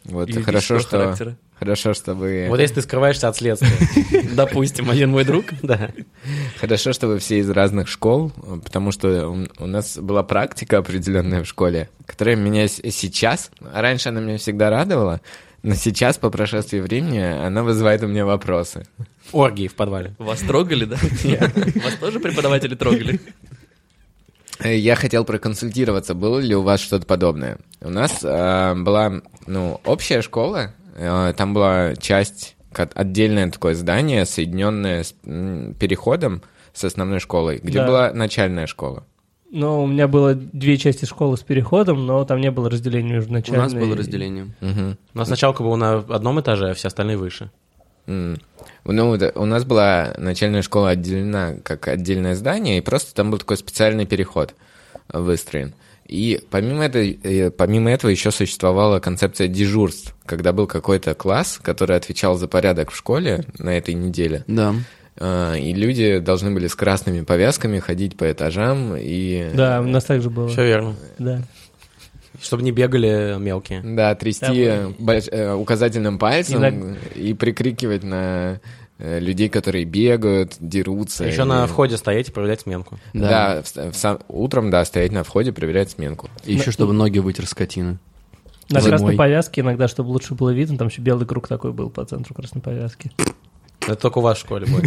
Speaker 4: Вот
Speaker 1: Юридического
Speaker 4: хорошо, что...
Speaker 1: характера.
Speaker 4: Хорошо, что вы...
Speaker 3: Вот если ты скрываешься от следствия.
Speaker 1: Допустим, один мой друг.
Speaker 3: Да.
Speaker 4: Хорошо, что вы все из разных школ, потому что у, у нас была практика определенная в школе, которая меня с- сейчас... Раньше она меня всегда радовала, но сейчас, по прошествии времени, она вызывает у меня вопросы.
Speaker 3: Оргии в подвале.
Speaker 1: Вас трогали, да? Вас тоже преподаватели трогали?
Speaker 4: Э, Я хотел проконсультироваться, было ли у вас что-то подобное. У нас э, была, ну, общая школа, э, там была часть, ка- отдельное такое здание, соединенное с м, переходом с основной школой, где
Speaker 2: Да.
Speaker 4: была начальная школа.
Speaker 2: Ну, у меня было две части школы с переходом, но там не было разделения между
Speaker 1: У
Speaker 2: начальной...
Speaker 1: нас было разделение.
Speaker 4: Мгм.
Speaker 3: У нас началка была на одном этаже, а все остальные выше.
Speaker 4: М. Ну, да, у нас была начальная школа отделена как отдельное здание, и просто там был такой специальный переход э, выстроен. И помимо, этой, э, помимо этого еще существовала концепция дежурств, когда был какой-то класс, который отвечал за порядок в школе на этой неделе,
Speaker 1: Да.
Speaker 4: э, и люди должны были с красными повязками ходить по этажам и...
Speaker 2: Да, у нас так же было.
Speaker 3: Все верно.
Speaker 2: Да.
Speaker 3: Чтобы не бегали мелкие.
Speaker 4: Да, трясти
Speaker 2: Там-
Speaker 4: больш- э, указательным пальцем
Speaker 2: Иног-
Speaker 4: и прикрикивать на э, людей, которые бегают, дерутся.
Speaker 3: Еще
Speaker 4: или-
Speaker 3: на входе стоять и проверять сменку.
Speaker 4: Да, в с- в сам- утром, да, стоять на входе, проверять сменку.
Speaker 1: И еще, чтобы ноги вытер скотина.
Speaker 2: На
Speaker 1: Зимой.
Speaker 2: красной повязке иногда, чтобы лучше было видно, там еще белый круг такой был по центру красной повязки.
Speaker 3: Это только у вас в школе будет.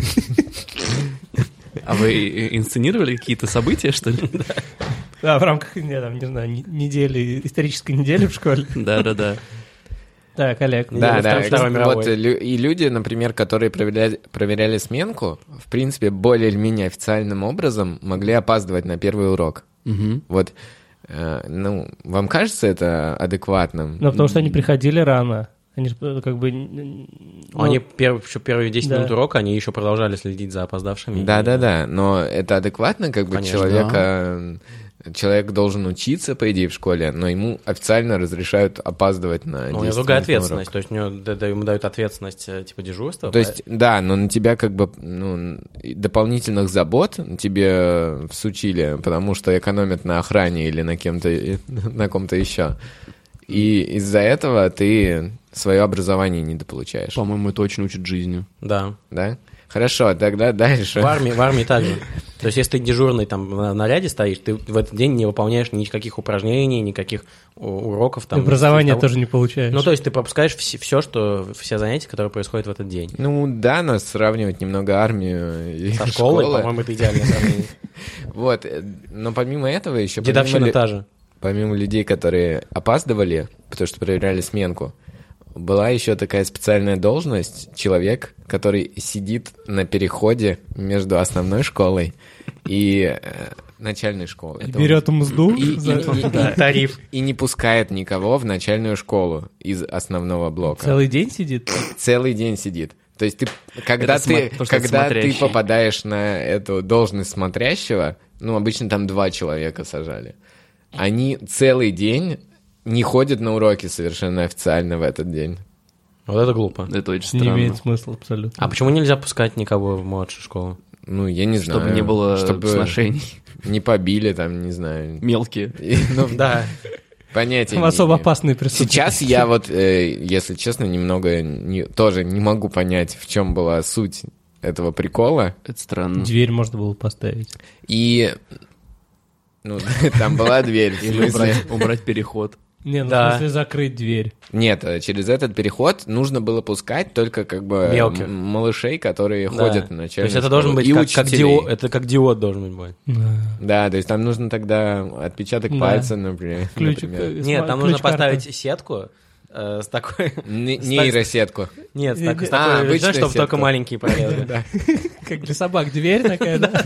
Speaker 1: А вы и- инсценировали какие-то события, что ли?
Speaker 2: Да, в рамках, не, там, не знаю, не- недели, исторической недели в школе.
Speaker 1: Да-да-да.
Speaker 2: Так, Олег.
Speaker 4: Да, да.
Speaker 3: Второй мировой.
Speaker 4: Вот, э, лю- и люди, например, которые проверяли, проверяли сменку, в принципе, более или менее официальным образом могли опаздывать на первый урок.
Speaker 1: Мгм.
Speaker 4: Вот, э, ну, вам кажется это адекватным?
Speaker 2: Ну, потому что они приходили рано. Они ж, э, как бы... н- ну,
Speaker 3: Они перв- еще первые десять
Speaker 2: Да.
Speaker 3: минут урока, они еще продолжали следить за опоздавшими.
Speaker 4: Да-да-да, но это адекватно, как бы
Speaker 3: Конечно.
Speaker 4: человека... Человек должен учиться, по идее, в школе, но ему официально разрешают опаздывать на
Speaker 3: Ну, у него
Speaker 4: десять
Speaker 3: другая
Speaker 4: минут на урок.
Speaker 3: ответственность. То есть у него да- да, ему дают ответственность э, типа дежурства.
Speaker 4: То есть, да, но на тебя как бы ну, и дополнительных забот тебе всучили, потому что экономят на охране или на кем-то, на ком-то еще. И из-за этого ты свое образование недополучаешь.
Speaker 1: По-моему, это очень учит жизнью.
Speaker 3: Да.
Speaker 4: Да? Хорошо, тогда дальше.
Speaker 3: В армии, в армии также. То есть, если ты дежурный там на наряде стоишь, ты в этот день не выполняешь никаких упражнений, никаких у- уроков. Там,
Speaker 2: Образование
Speaker 3: того.
Speaker 2: тоже не получаешь.
Speaker 3: Ну, то есть, ты пропускаешь все, что, все занятия, которые происходят в этот день.
Speaker 4: Ну да, но сравнивать немного армию и
Speaker 3: Со школой,
Speaker 4: школы.
Speaker 3: по-моему, это идеальное сравнение.
Speaker 4: Вот, э, но помимо этого еще...
Speaker 3: Дедовщина
Speaker 4: помимо,
Speaker 3: та же.
Speaker 4: помимо людей, которые опаздывали, потому что проверяли сменку, была еще такая специальная должность, человек, который сидит на переходе между основной школой и э, начальной школой. Это
Speaker 2: Берет мзду.
Speaker 4: И- и-
Speaker 2: за-
Speaker 4: и-
Speaker 2: Да.
Speaker 3: Тариф.
Speaker 4: и не пускает никого в начальную школу из основного блока.
Speaker 2: Целый день сидит?
Speaker 4: Целый день сидит. То есть ты, когда
Speaker 1: Это
Speaker 4: ты,
Speaker 1: смо- потому что это
Speaker 4: когда ты
Speaker 1: смотрящий.
Speaker 4: попадаешь на эту должность смотрящего, ну, обычно там два человека сажали, они целый день не ходят на уроки совершенно официально в этот день.
Speaker 3: Вот это глупо.
Speaker 1: Это очень
Speaker 2: Не
Speaker 1: странно.
Speaker 2: имеет смысла абсолютно.
Speaker 3: А почему нельзя пускать никого в младшую школу?
Speaker 4: Ну, я не знаю.
Speaker 1: Чтобы не было
Speaker 4: чтобы
Speaker 1: сношений.
Speaker 4: не побили там, не знаю.
Speaker 1: Мелкие.
Speaker 4: И, ну,
Speaker 3: Да.
Speaker 4: понятия
Speaker 2: Там
Speaker 4: не
Speaker 2: особо
Speaker 4: имею.
Speaker 2: опасные преступления.
Speaker 4: Сейчас я вот, э, если честно, немного не- тоже не могу понять, в чем была суть этого прикола.
Speaker 1: Это странно.
Speaker 2: Дверь можно было поставить.
Speaker 4: И ну, там была дверь. В
Speaker 1: Или
Speaker 4: смысле?
Speaker 1: убрать, убрать переход.
Speaker 2: Не, ну
Speaker 3: Да.
Speaker 2: в смысле закрыть дверь.
Speaker 4: Нет, э, через этот переход нужно было пускать только как бы
Speaker 3: Мелких.
Speaker 4: м- малышей, которые
Speaker 3: Да.
Speaker 4: ходят на
Speaker 3: То
Speaker 4: начальную
Speaker 3: есть это
Speaker 4: школу.
Speaker 3: должен быть
Speaker 4: И
Speaker 3: как, как
Speaker 4: учителей.
Speaker 3: диод, это как диод должен быть. будет.
Speaker 4: Да, то есть там нужно тогда отпечаток
Speaker 2: Да.
Speaker 4: пальца, например.
Speaker 2: Ключик.
Speaker 4: например.
Speaker 2: э,
Speaker 3: Нет,
Speaker 2: сма-
Speaker 3: там нужно
Speaker 2: ключ-карта.
Speaker 3: поставить сетку э, с такой...
Speaker 4: Не-
Speaker 3: с-
Speaker 4: Нейросетку.
Speaker 3: Нет, с, так- с
Speaker 4: А,
Speaker 3: такой,
Speaker 4: обычная
Speaker 3: знаешь, чтобы
Speaker 4: сетка.
Speaker 3: только маленькие пролезли.
Speaker 2: Как для собак дверь такая, да?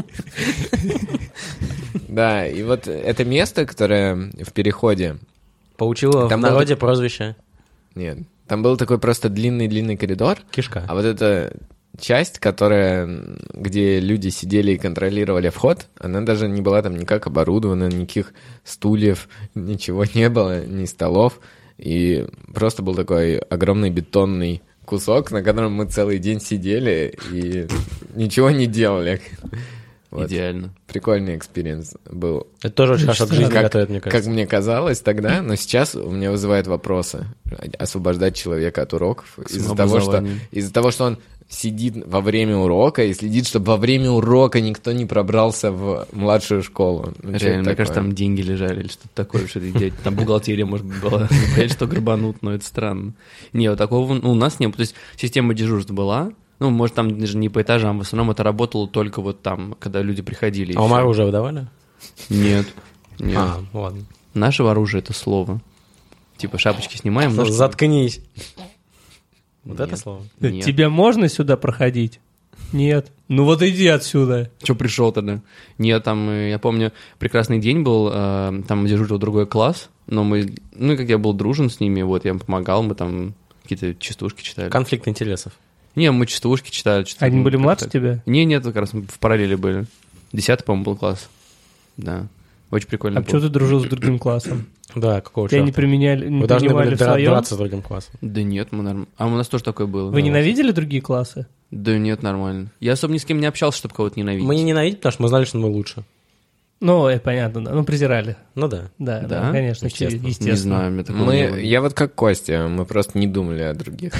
Speaker 4: Да, и вот это место, которое в переходе,
Speaker 3: Получила
Speaker 4: Там
Speaker 3: в народе прозвище
Speaker 4: нет, там был такой просто длинный-длинный коридор,
Speaker 3: Кишка.
Speaker 4: а вот эта часть, которая, м, где люди сидели и контролировали вход, она даже не была там никак оборудована, никаких стульев, ничего не было, ни столов, и просто был такой огромный бетонный кусок, на котором мы целый день сидели и ничего не делали. Вот.
Speaker 1: Идеально.
Speaker 4: прикольный экспириенс был.
Speaker 3: Это тоже очень хорошо к жизни
Speaker 4: Как,
Speaker 3: готовит, мне
Speaker 4: как
Speaker 3: кажется.
Speaker 4: мне казалось тогда, но сейчас у меня вызывает вопросы. Освобождать человека от уроков из-за того, что, из-за того, что он сидит во время урока и следит, чтобы во время урока никто не пробрался в младшую школу. Ну,
Speaker 1: Реально, мне кажется, там деньги лежали или что-то такое, что делать. Там бухгалтерия, может быть, была. Не понять, что грабанут, но это странно. Не, вот такого ну, у нас не было. То есть система дежурств была. Ну, может, там даже не по этажам. В основном это работало только вот там, когда люди приходили.
Speaker 3: А вам оружие выдавали?
Speaker 1: Нет. Нет.
Speaker 3: А, ладно.
Speaker 1: Наше оружие — это слово. Типа шапочки снимаем. нож-
Speaker 3: Заткнись. Вот
Speaker 1: Нет.
Speaker 3: это слово?
Speaker 1: Нет.
Speaker 2: Тебе можно сюда проходить? Нет. Ну вот иди отсюда.
Speaker 1: Че пришел тогда? Нет, там, э, я помню, прекрасный день был, э, там дежурил другой класс, но мы, ну, и как я был дружен с ними, вот, я им помогал, мы там какие-то частушки читали.
Speaker 3: Конфликт интересов.
Speaker 1: Не, мы частушки читали. что-то,
Speaker 2: Они
Speaker 1: ну,
Speaker 2: были
Speaker 1: как-то
Speaker 2: младше
Speaker 1: так.
Speaker 2: тебя?
Speaker 1: Не, нет, как раз в параллели были. Десятый, по-моему, был класс. Да, очень прикольно
Speaker 2: А
Speaker 1: было.
Speaker 2: почему ты дружил с другим классом?
Speaker 3: Да, какого
Speaker 2: Тебя не
Speaker 3: черта?
Speaker 2: применяли, не
Speaker 3: Вы должны
Speaker 2: принимали
Speaker 3: были
Speaker 2: в своем?
Speaker 3: драться с другим классом.
Speaker 1: Да нет, мы норм... А у нас тоже такое было.
Speaker 2: Вы
Speaker 1: Да.
Speaker 2: ненавидели другие классы?
Speaker 1: Да нет, нормально. Я особо ни с кем не общался, чтобы кого-то ненавидеть.
Speaker 3: Мы не ненавидим, потому что мы знали, что мы лучше.
Speaker 2: Ну, это понятно, да. Ну, презирали.
Speaker 3: Ну да.
Speaker 2: Да, да,
Speaker 1: Да?
Speaker 2: конечно,
Speaker 3: Естественно.
Speaker 2: естественно.
Speaker 1: Не знаю, мне такого не было.
Speaker 4: Мы, я вот как Костя, мы просто не думали о других.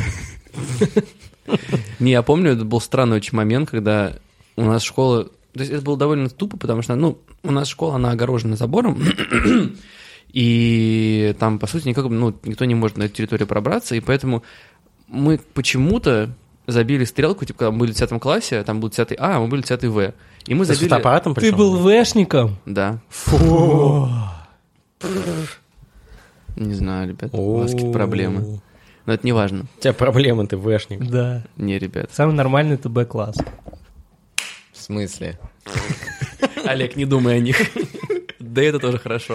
Speaker 1: Не, я помню, это был странный очень момент, когда у нас школа... То есть это было довольно тупо, потому что, ну, у нас школа, она огорожена забором, и там, по сути, никак, ну, никто не может на эту территорию пробраться, и поэтому мы почему-то забили стрелку, типа, когда мы были в десятом классе, там был десятый А, а мы были в десятый В. И мы
Speaker 3: Ты с
Speaker 1: забили...
Speaker 3: фотоаппаратом
Speaker 2: Ты
Speaker 3: пришел?
Speaker 2: был вэшником?
Speaker 1: Да.
Speaker 2: Фу.
Speaker 1: Не знаю, ребят, у вас какие-то проблемы. Но это не важно.
Speaker 3: У тебя проблемы, ты вэшник.
Speaker 2: Да.
Speaker 1: Не, ребят.
Speaker 2: Самый нормальный это Б-класс.
Speaker 4: В смысле?
Speaker 1: Олег, не думай о них. Да это тоже хорошо.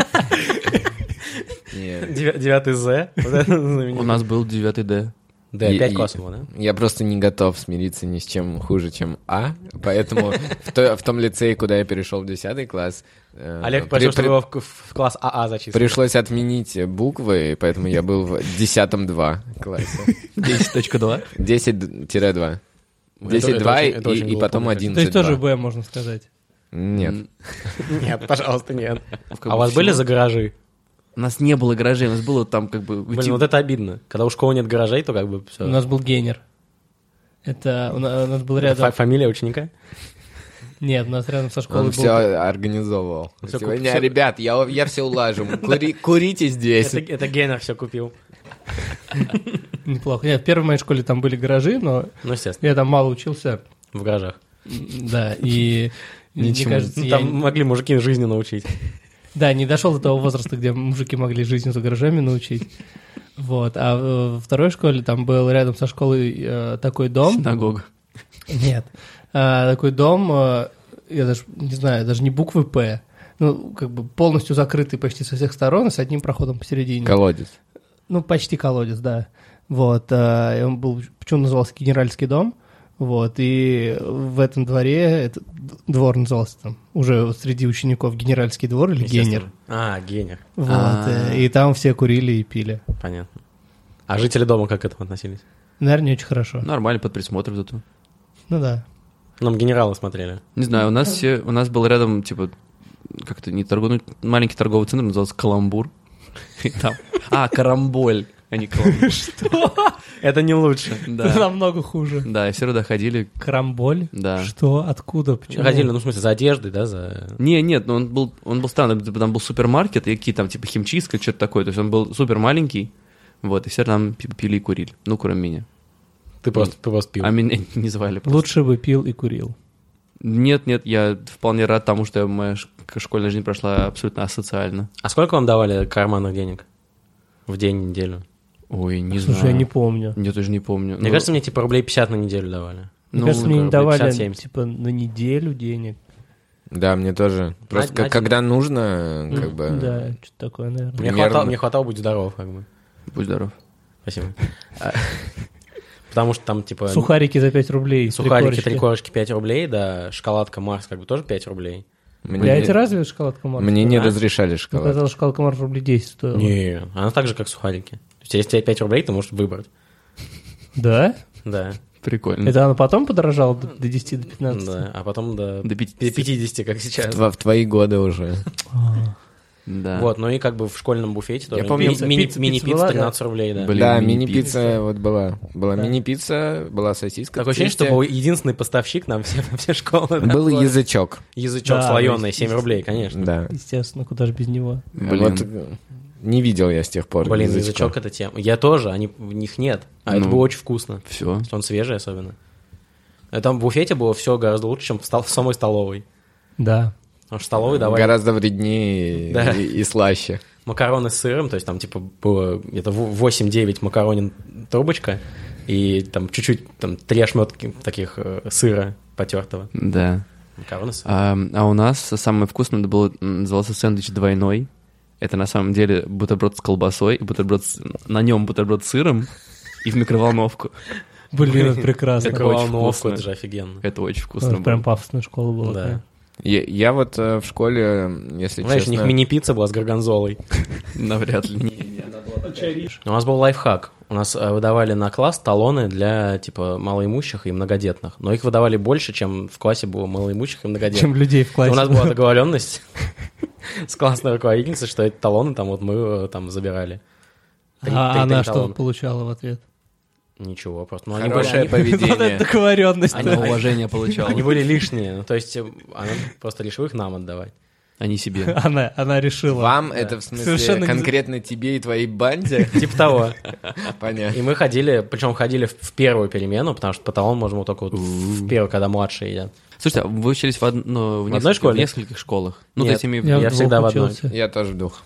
Speaker 4: Нет.
Speaker 3: Девятый З.
Speaker 1: У нас был девятый Д.
Speaker 3: Да,
Speaker 4: И-
Speaker 3: пять
Speaker 4: и-
Speaker 3: классов было, да?
Speaker 4: Я просто не готов смириться ни с чем хуже, чем А, поэтому в, то- в том лицее, куда я перешел в десятый класс, э,
Speaker 3: Олег
Speaker 4: при-
Speaker 3: просил,
Speaker 4: при-
Speaker 3: чтобы его в, в класс АА зачислили.
Speaker 4: пришлось отменить буквы, поэтому я был в десятом два классе.
Speaker 1: десять точка два.
Speaker 4: десять-два.
Speaker 3: Это-
Speaker 4: десять
Speaker 3: это
Speaker 4: два
Speaker 3: очень-
Speaker 4: и,
Speaker 3: это очень
Speaker 4: и
Speaker 3: глупо,
Speaker 4: потом
Speaker 3: мне кажется.
Speaker 2: То есть
Speaker 4: одиннадцать
Speaker 2: тоже
Speaker 4: два.
Speaker 2: Б, можно сказать.
Speaker 4: Нет.
Speaker 3: Нет, пожалуйста, нет.
Speaker 1: Как
Speaker 3: А
Speaker 1: бы
Speaker 3: у вас
Speaker 1: всего-
Speaker 3: были за гаражи?
Speaker 1: У нас не было гаражей, у нас было там как бы...
Speaker 3: Блин, вот это обидно. Когда у школы нет гаражей, то как бы все.
Speaker 2: У нас был гейнер. Это у на- у нас был рядом...
Speaker 3: Фамилия ученика?
Speaker 2: Нет, у нас рядом со школой
Speaker 4: Он
Speaker 2: был...
Speaker 4: все организовал.
Speaker 3: Всё
Speaker 4: Сегодня,
Speaker 3: куп- всё-
Speaker 4: ребят, я, я все улажу. Кури- курите здесь.
Speaker 3: Это, это Генер все купил.
Speaker 2: Неплохо. Нет, в первой моей школе там были гаражи, но
Speaker 3: Ну, естественно,
Speaker 2: я там мало учился.
Speaker 3: в гаражах.
Speaker 2: Да, и... Мне
Speaker 4: Ничему.
Speaker 2: кажется,
Speaker 3: Ну,
Speaker 2: я...
Speaker 3: там могли мужики жизни научить.
Speaker 2: Да, не дошел до того возраста, где мужики могли жизнь за гаражами научить. Вот. А в- во второй школе там был рядом со школой э, такой дом.
Speaker 1: Синагога.
Speaker 2: Нет. А, такой дом, э, я даже не знаю, даже не буквы П. Ну, как бы полностью закрытый почти со всех сторон и с одним проходом посередине.
Speaker 4: Колодец.
Speaker 2: Ну, почти колодец, да. Вот. э, и он был, почему назывался Генеральский дом. Вот. И в этом дворе, это двор назывался там, уже среди учеников Генеральский двор или Генер.
Speaker 3: А, Генер.
Speaker 2: Вот.
Speaker 1: А.
Speaker 2: э, И там все курили и пили.
Speaker 3: Понятно. А жители дома как к этому относились?
Speaker 2: Наверное, не очень хорошо.
Speaker 1: Нормально, под присмотром зато.
Speaker 2: Ну да.
Speaker 3: Нам генералы смотрели.
Speaker 1: Не знаю, у нас все... У нас был рядом, типа, как-то не торговый... ну, маленький торговый центр, назывался Каламбур. И там... А, Карамболь, а не Каламбур.
Speaker 3: Это не лучше.
Speaker 2: Это
Speaker 1: Да.
Speaker 2: намного хуже.
Speaker 1: Да, и все туда ходили.
Speaker 2: Крамболь?
Speaker 1: Да.
Speaker 2: Что? Откуда? Почему?
Speaker 3: Ходили, ну, в смысле, за одеждой, да, за...
Speaker 1: Не, нет, ну он был, он был странный, типа, там был супермаркет и какие там, типа, химчистка, что-то такое, то есть он был супер маленький, вот, и все там пи- пили и курили, ну, кроме меня.
Speaker 3: Ты просто, ты просто пил.
Speaker 1: А меня не звали просто.
Speaker 2: Лучше бы пил и курил.
Speaker 1: Нет, нет, я вполне рад тому, что моя ш- школьная жизнь прошла абсолютно асоциально.
Speaker 3: А сколько вам давали карманных денег? В день, неделю?
Speaker 1: Ой, не
Speaker 2: Слушай,
Speaker 1: знаю.
Speaker 2: я не помню.
Speaker 1: Я тоже не помню.
Speaker 3: Мне
Speaker 1: Ну,
Speaker 3: кажется, мне типа рублей пятьдесят на неделю давали.
Speaker 2: Мне
Speaker 1: ну,
Speaker 2: кажется, мне не
Speaker 3: рублей
Speaker 2: давали,
Speaker 3: пятьдесят семьдесят.
Speaker 2: типа, на неделю денег.
Speaker 4: Да, мне тоже. Просто
Speaker 3: На-
Speaker 4: как-
Speaker 3: на-
Speaker 4: когда нужно, как бы...
Speaker 2: Да, что-то такое, наверное.
Speaker 3: Мне
Speaker 4: Примерно.
Speaker 3: хватало, мне хватало быть здоров, как бы.
Speaker 1: будь здоров.
Speaker 3: Спасибо. А, Потому что там, типа...
Speaker 2: Сухарики за пять рублей.
Speaker 3: Сухарики,
Speaker 2: три
Speaker 3: три
Speaker 2: корочки.
Speaker 3: корочки пять рублей, да, шоколадка Марс как бы тоже пять рублей.
Speaker 4: Мне,
Speaker 2: Пять разве шоколадка Марс?
Speaker 4: мне не
Speaker 3: Да?
Speaker 4: разрешали
Speaker 2: Мне
Speaker 4: шоколад.
Speaker 2: казалось, шоколадка Марс рублей десять стоила.
Speaker 3: Не, она так же, как сухарики. То есть, если тебе пять рублей, ты можешь выбрать.
Speaker 2: Да?
Speaker 3: Да.
Speaker 1: Прикольно.
Speaker 2: Это оно потом подорожало до, до десяти, до пятнадцати?
Speaker 3: Да, а потом до,
Speaker 1: До
Speaker 3: до
Speaker 1: пятидесяти.
Speaker 3: пятидесяти, как сейчас.
Speaker 4: В, в твои годы уже.
Speaker 1: Да.
Speaker 3: Вот, ну и как бы в школьном буфете тоже.
Speaker 4: Я помню,
Speaker 3: ми- мини-
Speaker 2: пицца-
Speaker 3: мини-пицца
Speaker 2: пицца была,
Speaker 3: тринадцать рублей, да.
Speaker 1: Блин,
Speaker 4: да,
Speaker 1: мини-пицца.
Speaker 4: мини-пицца вот была. Была
Speaker 2: Да.
Speaker 4: мини-пицца, была сосиска.
Speaker 3: Такое
Speaker 4: в
Speaker 3: ощущение, что
Speaker 4: тесте.
Speaker 3: был единственный поставщик на все, на все школы. да.
Speaker 4: Был язычок.
Speaker 3: Язычок
Speaker 2: Да,
Speaker 3: слоеный,
Speaker 2: есть-
Speaker 3: семь рублей, конечно.
Speaker 4: Да.
Speaker 2: Естественно, куда же без него.
Speaker 1: Блин.
Speaker 4: Вот э, не видел я с тех пор
Speaker 3: Блин,
Speaker 4: язычка.
Speaker 3: язычок — это тема. Я тоже, они, в них нет. А это
Speaker 1: Ну.
Speaker 3: было очень вкусно.
Speaker 1: Все.
Speaker 3: Он свежий особенно. А Там в буфете было все гораздо лучше, чем в, стол- в самой столовой.
Speaker 2: Да.
Speaker 3: Потому что в столовой давали
Speaker 4: Гораздо вреднее
Speaker 3: Да.
Speaker 4: и, и слаще.
Speaker 3: макароны с сыром, то есть там типа было где-то восемь-девять макаронин трубочка и там чуть-чуть там три ошметки таких э, сыра потертого.
Speaker 1: Да.
Speaker 3: Макароны с сыром.
Speaker 1: А, а у нас самое вкусное это было, м, назывался сэндвич двойной. Это на самом деле бутерброд с колбасой, и бутерброд с- на нем бутерброд с сыром и в микроволновку.
Speaker 2: Блин, это прекрасно.
Speaker 1: это очень
Speaker 3: Микроволновку,
Speaker 1: вкусно.
Speaker 3: это же офигенно.
Speaker 1: Это очень
Speaker 2: Это
Speaker 1: вкусно
Speaker 2: прям
Speaker 1: было.
Speaker 2: пафосная школа была.
Speaker 3: Да.
Speaker 2: прям.
Speaker 4: Я, я вот э, в школе, если
Speaker 3: Знаешь, у
Speaker 4: честно...
Speaker 3: них мини-пицца была с горгонзолой.
Speaker 1: Навряд ли.
Speaker 3: У нас был лайфхак. У нас э, выдавали на класс талоны для, типа, малоимущих и многодетных. Но их выдавали больше, чем в классе было малоимущих и многодетных.
Speaker 2: Чем людей в классе.
Speaker 3: У нас была договоренность с классной руководительницей, что эти талоны там вот мы э, там забирали. Три-
Speaker 2: А
Speaker 3: три-
Speaker 2: она
Speaker 3: три
Speaker 2: что
Speaker 3: талона.
Speaker 2: получала в ответ?
Speaker 3: Ничего, просто. Ну, они, были,
Speaker 4: Хорошее
Speaker 3: они-
Speaker 2: Вот это
Speaker 4: поведение.
Speaker 2: договоренность.
Speaker 1: Она уважение получала.
Speaker 3: они были лишние. Ну, то есть э, она просто решила их нам отдавать.
Speaker 1: Они себе.
Speaker 2: Она, она решила.
Speaker 4: Вам это в смысле
Speaker 2: Совершенно не-
Speaker 4: конкретно тебе и твоей банде?
Speaker 3: Типа того.
Speaker 4: Понятно.
Speaker 3: И мы ходили, причем ходили в в первую перемену, потому что по талону можем вот только вот в первую, когда младшие едят.
Speaker 1: Слушайте, а вы учились в, од- ну, в,
Speaker 3: одной
Speaker 1: нескольких,
Speaker 3: школе?
Speaker 1: в нескольких школах? Ну, то
Speaker 3: Нет.
Speaker 1: есть имею в
Speaker 2: Я,
Speaker 1: виду-
Speaker 3: Я
Speaker 2: в
Speaker 3: всегда
Speaker 2: двух
Speaker 3: в одной.
Speaker 2: учился.
Speaker 4: Я тоже в двух.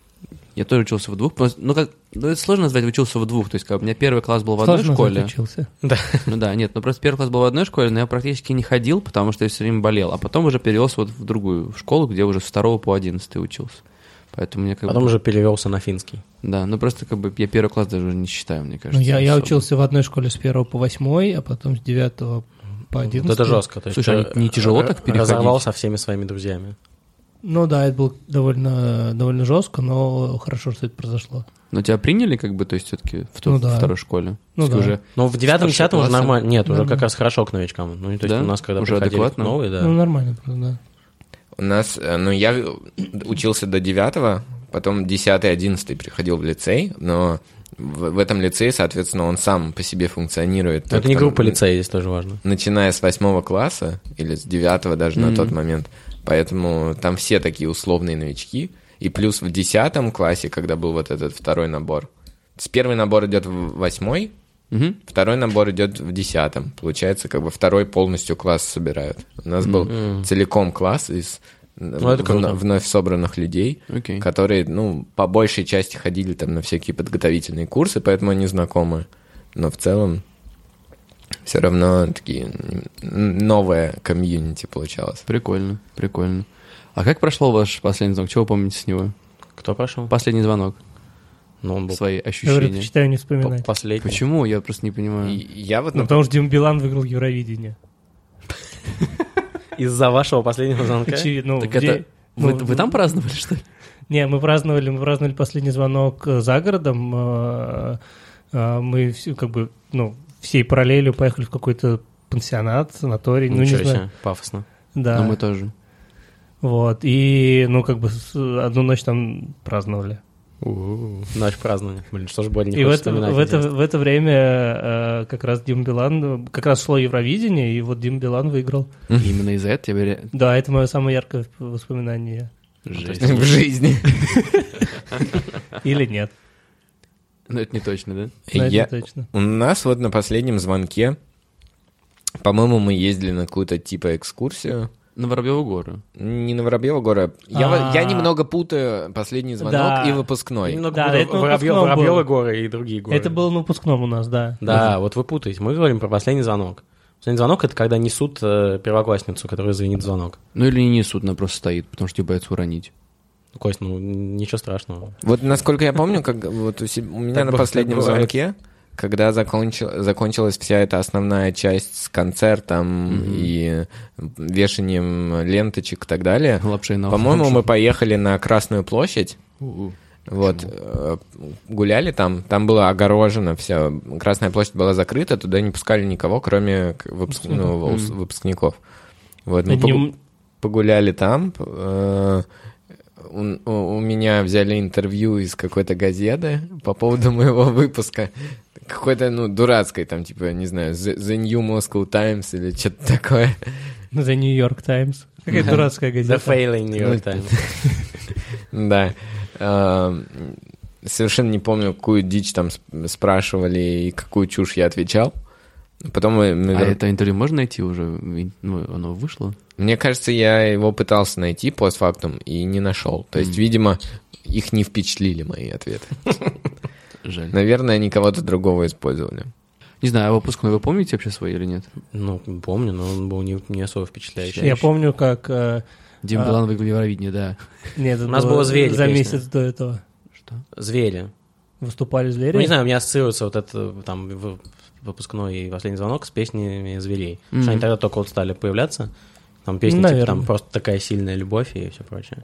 Speaker 1: Я тоже учился в двух. просто- Ну, как, ну, это сложно назвать, учился в двух. То есть, как, у меня первый класс был в одной
Speaker 2: Сложно
Speaker 1: школе.
Speaker 2: назвать, учился.
Speaker 1: Ну да, нет, ну просто первый класс был в одной школе, но я практически не ходил, потому что я все время болел. А потом уже перевелся вот в другую в школу, где уже с второго по одиннадцатый учился. Поэтому мне как
Speaker 3: Потом
Speaker 1: бы...
Speaker 3: уже перевелся на финский.
Speaker 1: Да, ну просто как бы я первый класс даже уже не считаю, мне кажется.
Speaker 2: Ну, я, я
Speaker 1: особо.
Speaker 2: учился в одной школе с первого по восьмой, а потом с девятого по
Speaker 3: Вот
Speaker 2: одиннадцатый.
Speaker 3: это жестко. То есть
Speaker 1: Слушай,
Speaker 3: ты
Speaker 1: а не тяжело так
Speaker 3: р-
Speaker 1: переходить?
Speaker 3: Разорвал со всеми своими друзьями.
Speaker 2: Ну да, это было довольно, довольно жестко, но хорошо, что это произошло.
Speaker 1: Но тебя приняли как бы, то есть все-таки в ту
Speaker 2: Ну да.
Speaker 1: второй школе?
Speaker 2: Ну
Speaker 1: То есть
Speaker 2: да.
Speaker 1: уже...
Speaker 3: Ну, в девятом-десятом уже
Speaker 1: классы?
Speaker 3: нормально. Нет, уже
Speaker 2: Нормально.
Speaker 3: как раз хорошо к новичкам. Ну, то есть
Speaker 1: Да?
Speaker 3: у нас, когда
Speaker 1: Уже
Speaker 3: приходили
Speaker 1: адекватно?
Speaker 3: новые, да.
Speaker 2: Ну, нормально, просто, да.
Speaker 4: У нас, э, ну, я учился до девятого, потом десятый, одиннадцатый приходил в лицей, но в, в этом лицее, соответственно, он сам по себе функционирует.
Speaker 3: Но
Speaker 4: только
Speaker 3: это не
Speaker 4: там,
Speaker 3: группа лицея, здесь тоже важно.
Speaker 4: Начиная с восьмого класса или с девятого даже
Speaker 1: Мгм.
Speaker 4: на тот момент. Поэтому там все такие условные новички. И плюс в десятом классе, когда был вот этот второй набор. С первый набор идет в восьмой,
Speaker 1: Мгм.
Speaker 4: второй набор идет в десятом. Получается, как бы второй полностью класс собирают. У нас был
Speaker 3: Мгм.
Speaker 4: целиком класс из
Speaker 3: Ну, это круто.
Speaker 4: вно- вновь собранных людей,
Speaker 1: Окей.
Speaker 4: которые, ну, по большей части ходили там на всякие подготовительные курсы, поэтому они знакомы. Но в целом все равно такие м, новое комьюнити получалось.
Speaker 1: Прикольно, прикольно. А как прошел ваш последний звонок? Чего вы помните с него?
Speaker 3: Кто прошел?
Speaker 1: Последний звонок.
Speaker 3: Ну, он был
Speaker 1: Свои
Speaker 2: Я
Speaker 1: ощущения.
Speaker 2: предпочитаю не
Speaker 3: по-
Speaker 2: вспоминать.
Speaker 3: последний.
Speaker 1: Почему? Я просто не понимаю.
Speaker 4: И я вот,
Speaker 2: Ну,
Speaker 4: например,
Speaker 2: потому что Дима Билан выиграл Евровидение.
Speaker 3: Из-за вашего последнего звонка?
Speaker 2: Очевидно. Ну,
Speaker 1: Так
Speaker 2: в
Speaker 1: это...
Speaker 2: день-
Speaker 1: Вы,
Speaker 2: ну,
Speaker 1: вы там праздновали, что ли?
Speaker 2: Не, мы праздновали, мы праздновали последний звонок э, за городом. э, э, Мы все, как бы, ну, всей параллелью поехали в какой-то пансионат, санаторий, ну, не
Speaker 3: Ничего
Speaker 2: знаю.
Speaker 3: себе, пафосно.
Speaker 2: Да,
Speaker 1: Но мы тоже.
Speaker 2: вот. И, ну, как бы, с- одну ночь там праздновали.
Speaker 3: У-у-у. Ночь празднования. Блин, что же больше не
Speaker 2: И в
Speaker 3: хочется
Speaker 2: это,
Speaker 3: вспоминать.
Speaker 2: в, это,
Speaker 3: интересно.
Speaker 2: в это время э, как раз Дима Билан, как раз шло Евровидение, и вот Дима Билан выиграл.
Speaker 1: Именно из-за этого я говорю,
Speaker 2: Да, это мое самое яркое воспоминание.
Speaker 1: жесть.
Speaker 4: в жизни.
Speaker 2: Или нет?
Speaker 1: Ну, это не точно, да?
Speaker 2: Но это
Speaker 4: Я-
Speaker 2: точно.
Speaker 4: У нас вот на последнем звонке, по-моему, мы ездили на какую-то типа экскурсию.
Speaker 1: На Воробьеву гору.
Speaker 4: Не на Воробьева гору. Я,
Speaker 2: А.
Speaker 4: во- я немного путаю последний звонок
Speaker 2: Да.
Speaker 4: и выпускной.
Speaker 3: Немного
Speaker 2: Да,
Speaker 3: буду-
Speaker 2: это на
Speaker 3: Воробьё-
Speaker 2: выпускном
Speaker 3: Воробьёвы
Speaker 2: было.
Speaker 3: горы и другие горы.
Speaker 2: Это было на выпускном у нас, да.
Speaker 3: Да, вот вы путаете. Мы говорим про последний звонок. Последний звонок — это когда несут э, первоклассницу, которая звенит звонок.
Speaker 1: Ну или не несут, она просто стоит, потому что тебе боятся уронить.
Speaker 3: Ну, Кость, ну ничего страшного.
Speaker 4: Вот насколько я помню, как вот у, се- у меня
Speaker 3: Так
Speaker 4: на
Speaker 3: бывает,
Speaker 4: последнем
Speaker 3: так бывает.
Speaker 4: звонке, когда закончил, закончилась вся эта основная часть с концертом
Speaker 1: Мгм.
Speaker 4: и вешанием ленточек и так далее,
Speaker 1: Лапшей на
Speaker 4: по-моему,
Speaker 1: уши.
Speaker 4: мы поехали на Красную площадь,
Speaker 1: У-у.
Speaker 4: Вот, э, гуляли там, там было огорожено все, Красная площадь была закрыта, туда не пускали никого, кроме выпуск... ну,
Speaker 2: Mm.
Speaker 4: выпускников. Вот, мы
Speaker 2: Одним-
Speaker 4: погу- погуляли там, э, у, у- у меня взяли интервью из какой-то газеты по поводу моего выпуска, какой-то, ну, дурацкой, там, типа, не знаю, The, The New Moscow Times или что-то такое.
Speaker 2: The New York Times. Какая дурацкая
Speaker 3: The
Speaker 2: газета.
Speaker 3: Failing New York
Speaker 4: Ну,
Speaker 3: Times.
Speaker 4: Да. Э, Совершенно не помню, какую дичь там сп- спрашивали и какую чушь я отвечал. Потом мы... мы
Speaker 1: А
Speaker 4: вер-
Speaker 1: это интервью можно найти уже? Ну, оно вышло?
Speaker 4: Мне кажется, я его пытался найти постфактум и не нашел. То есть,
Speaker 1: Мгм.
Speaker 4: видимо, их не впечатлили мои ответы.
Speaker 1: Жаль.
Speaker 4: Наверное, они кого-то другого использовали.
Speaker 1: Не знаю, а выпускной вы помните вообще свой или нет?
Speaker 3: Ну, помню, но он был не, не особо впечатляющий.
Speaker 2: Я помню, как... э,
Speaker 1: Дим
Speaker 2: А.
Speaker 1: Билан выиграл Евровидение, да.
Speaker 2: Нет, это
Speaker 3: У нас было «Звери»
Speaker 2: за
Speaker 3: песня.
Speaker 2: месяц до этого.
Speaker 1: Что?
Speaker 3: Звери.
Speaker 2: Выступали звери.
Speaker 3: Ну, не знаю, у меня ассоциируется вот это там в- выпускной и последний звонок с песнями зверей. Потому что
Speaker 1: Мгм.
Speaker 3: они тогда только вот стали появляться. Там песни,
Speaker 2: Наверное.
Speaker 3: типа, там просто такая сильная любовь и все прочее.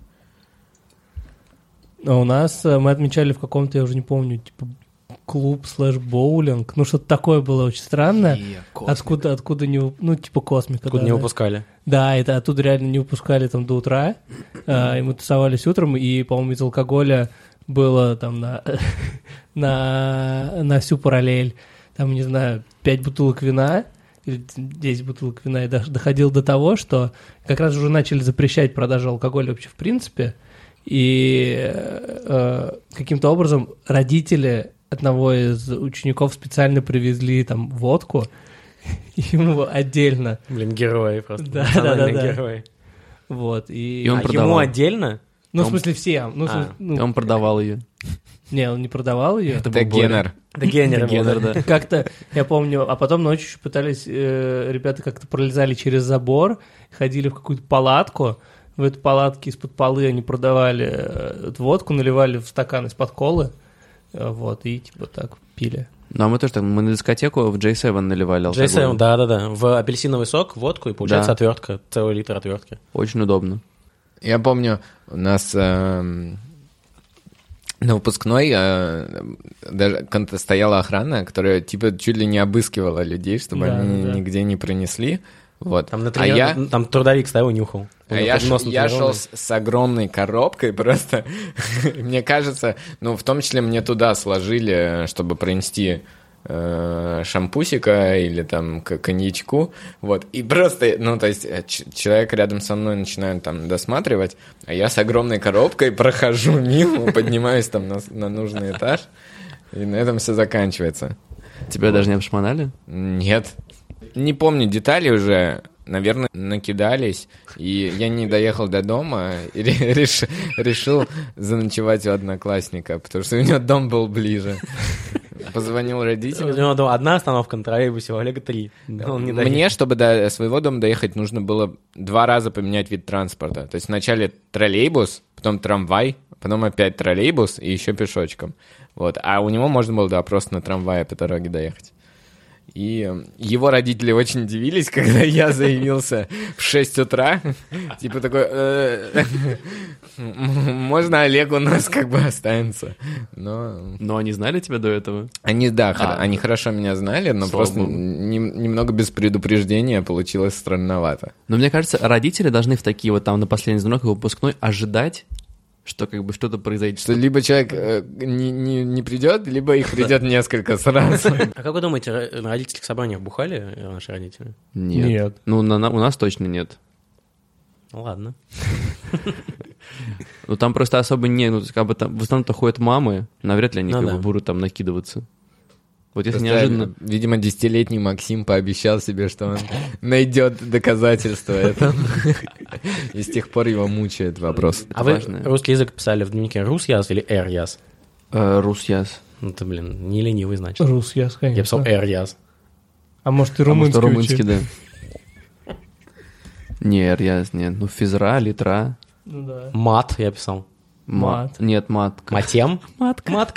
Speaker 2: А у нас э, мы отмечали в каком-то, я уже не помню, типа клуб слэш боулинг. Ну, что-то такое было очень странное.
Speaker 1: И космик.
Speaker 2: Откуда, откуда не... вы- Ну, типа космика.
Speaker 3: Откуда
Speaker 2: да,
Speaker 3: не
Speaker 2: да.
Speaker 3: выпускали.
Speaker 2: Да, это оттуда реально не выпускали там до утра. А, и мы тусовались утром, и, по-моему, из алкоголя было там на, на, на всю параллель, там, не знаю, пять бутылок вина, или десять бутылок вина, и даже доходило до того, что как раз уже начали запрещать продажу алкоголя вообще в принципе, и э, каким-то образом родители одного из учеников специально привезли там водку, ему отдельно,
Speaker 3: Блин, герои просто.
Speaker 2: Да,
Speaker 3: Национальные
Speaker 2: да, да, да.
Speaker 3: герои.
Speaker 2: вот, и...
Speaker 1: И он
Speaker 3: А
Speaker 1: продавал.
Speaker 3: ему отдельно?
Speaker 2: Ну, в
Speaker 1: Он-
Speaker 2: смысле, всем. Ну, в
Speaker 3: А,
Speaker 2: смысле, ну,
Speaker 1: И он продавал ее.
Speaker 2: не, он не продавал ее.
Speaker 1: Это был
Speaker 4: Это
Speaker 1: Боря.
Speaker 4: Геннер.
Speaker 3: Да генер.
Speaker 1: Геннер, да.
Speaker 2: Как-то, я помню, а потом ночью еще пытались, э, ребята как-то пролезали через забор, ходили в какую-то палатку, в эту палатке из-под полы они продавали э, эту водку, наливали в стакан из-под колы, э, вот, и типа так пили.
Speaker 1: Ну, а мы тоже так, мы на дискотеку в джей семь наливали алкоголь.
Speaker 3: джей семь, да-да-да. В апельсиновый сок, водку, и получается
Speaker 1: Да.
Speaker 3: отвертка, целый литр отвертки.
Speaker 1: Очень удобно.
Speaker 4: Я помню, у нас эм, на выпускной э, даже кон- стояла охрана, которая типа чуть ли не обыскивала людей, чтобы
Speaker 2: Да,
Speaker 4: они
Speaker 2: да.
Speaker 4: нигде не пронесли. Вот.
Speaker 3: Там, на
Speaker 4: а
Speaker 3: тренир-
Speaker 4: я,
Speaker 3: там трудовик стоял и нюхал.
Speaker 4: а
Speaker 3: У него
Speaker 4: я,
Speaker 3: под
Speaker 4: ш-
Speaker 3: носом
Speaker 4: я шел
Speaker 3: тренированный.
Speaker 4: с, с огромной коробкой просто. Мне кажется, ну, в том числе мне туда сложили, чтобы пронести э, шампусика или там к- коньячку, вот, и просто, ну, то есть э, ч- человек рядом со мной начинает там досматривать, а я с огромной коробкой прохожу мимо, поднимаюсь там на, с- на нужный этаж, и на этом все заканчивается.
Speaker 1: Тебя даже не обшмонали?
Speaker 4: Нет. Не помню детали уже. Наверное, накидались, и я не доехал до дома, и ре- реш- решил заночевать у одноклассника, потому что у него дом был ближе. Позвонил
Speaker 3: У
Speaker 4: родителям.
Speaker 3: него дома одна остановка на троллейбусе, у Олега три. Он не доехал.
Speaker 4: Мне, чтобы до своего дома доехать, нужно было два раза поменять вид транспорта. То есть вначале троллейбус, потом трамвай, потом опять троллейбус и еще пешочком. Вот. А у него можно было, да, просто на трамвае по дороге доехать. И э, его родители очень удивились, когда я заявился в шесть утра. Типа такой, «Э, можно Олег у нас как бы останется. Но
Speaker 1: Но они знали тебя до этого?
Speaker 4: они, да, хор-
Speaker 1: А.
Speaker 4: они хорошо меня знали, но
Speaker 1: Слава
Speaker 4: просто
Speaker 1: богу.
Speaker 4: нем- немного без предупреждения получилось странновато.
Speaker 1: Но мне кажется, родители должны в такие вот там на последний звонок и выпускной ожидать, что как бы что-то произойдет.
Speaker 4: Что либо человек э, не, не, не придет, либо их придет несколько сразу.
Speaker 3: А как вы думаете, ро- на родительских собраниях бухали э, наши родители?
Speaker 1: Нет.
Speaker 2: Нет.
Speaker 1: Ну, на- на- у нас точно нет.
Speaker 3: Ну ладно.
Speaker 1: Ну, там просто особо не... Ну, как бы там, в основном-то ходят мамы, навряд ли они
Speaker 3: Ну
Speaker 1: как
Speaker 3: да.
Speaker 1: бы будут там накидываться. Вот если
Speaker 4: Просто,
Speaker 1: неожиданно...
Speaker 4: видимо, десятилетний Максим пообещал себе, что он найдет доказательства этому. И с тех пор его мучает вопрос.
Speaker 3: А вы
Speaker 1: важно.
Speaker 3: русский язык писали в дневнике рус-яз или эр-яз?
Speaker 1: Э, Рус-яз.
Speaker 3: Ну ты, блин, не ленивый, значит.
Speaker 2: Рус, я, конечно.
Speaker 3: Я писал эр-яз.
Speaker 2: А может, и
Speaker 1: А может,
Speaker 2: румынский
Speaker 1: румынский,
Speaker 2: учили?
Speaker 1: да. Не, эр-яз, нет. Ну, физра, литра.
Speaker 2: Ну да.
Speaker 3: Мат я писал.
Speaker 2: Мат.
Speaker 1: Нет, матка.
Speaker 3: Матем? Матка. Матка.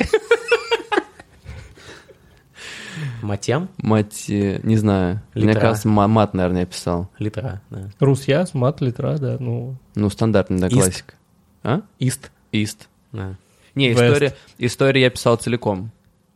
Speaker 3: Матем?
Speaker 1: Мать, э, не знаю. Мне
Speaker 3: Литра.
Speaker 1: кажется, ма- мат, наверное, я писал.
Speaker 3: Литра, да.
Speaker 2: Рус, я, мат, литра, да, ну...
Speaker 1: Ну, стандартный, да,
Speaker 3: Ист.
Speaker 1: классика. А?
Speaker 3: Ист.
Speaker 1: Ист.
Speaker 3: Да.
Speaker 1: Не,
Speaker 2: Вест.
Speaker 1: история, историю я писал целиком.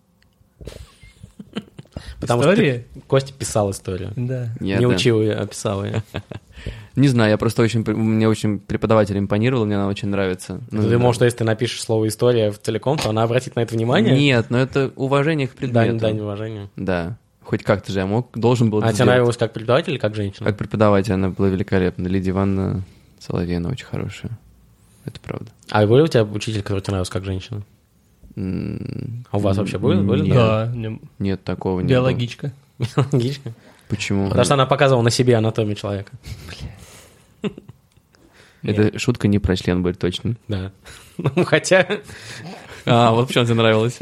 Speaker 3: Потому
Speaker 2: Истории?
Speaker 3: что ты, Костя писал историю.
Speaker 2: Да.
Speaker 1: Я,
Speaker 3: Не
Speaker 1: да.
Speaker 3: учил ее, а писал ее.
Speaker 1: Не знаю, я просто очень... Мне очень преподаватель импонировал, мне она очень нравится. Ну,
Speaker 3: Ты
Speaker 1: да.
Speaker 3: думал, что если ты напишешь слово «история» целиком, то она обратит на это внимание?
Speaker 1: Нет, но это уважение к предмету.
Speaker 3: Дань, дань уважения.
Speaker 1: Да. Хоть как-то же я мог, должен был
Speaker 3: А
Speaker 1: это
Speaker 3: тебе
Speaker 1: сделать.
Speaker 3: нравилась как преподаватель или как женщина?
Speaker 1: Как преподаватель она была великолепна. Лидия Ивановна Соловьевна очень хорошая. Это правда.
Speaker 3: А был у тебя учитель, который тебе нравился как женщина?
Speaker 1: М,
Speaker 3: А у вас вообще были? были
Speaker 1: Нет.
Speaker 2: Да, не-
Speaker 1: Нет, такого не
Speaker 2: биологичка.
Speaker 3: Биологичка?
Speaker 1: было. Почему?
Speaker 3: Потому что она показывала на себе анатомию человека.
Speaker 1: Это шутка не про член будет точно.
Speaker 3: Да. Ну, хотя...
Speaker 1: А, вот почему тебе нравилось.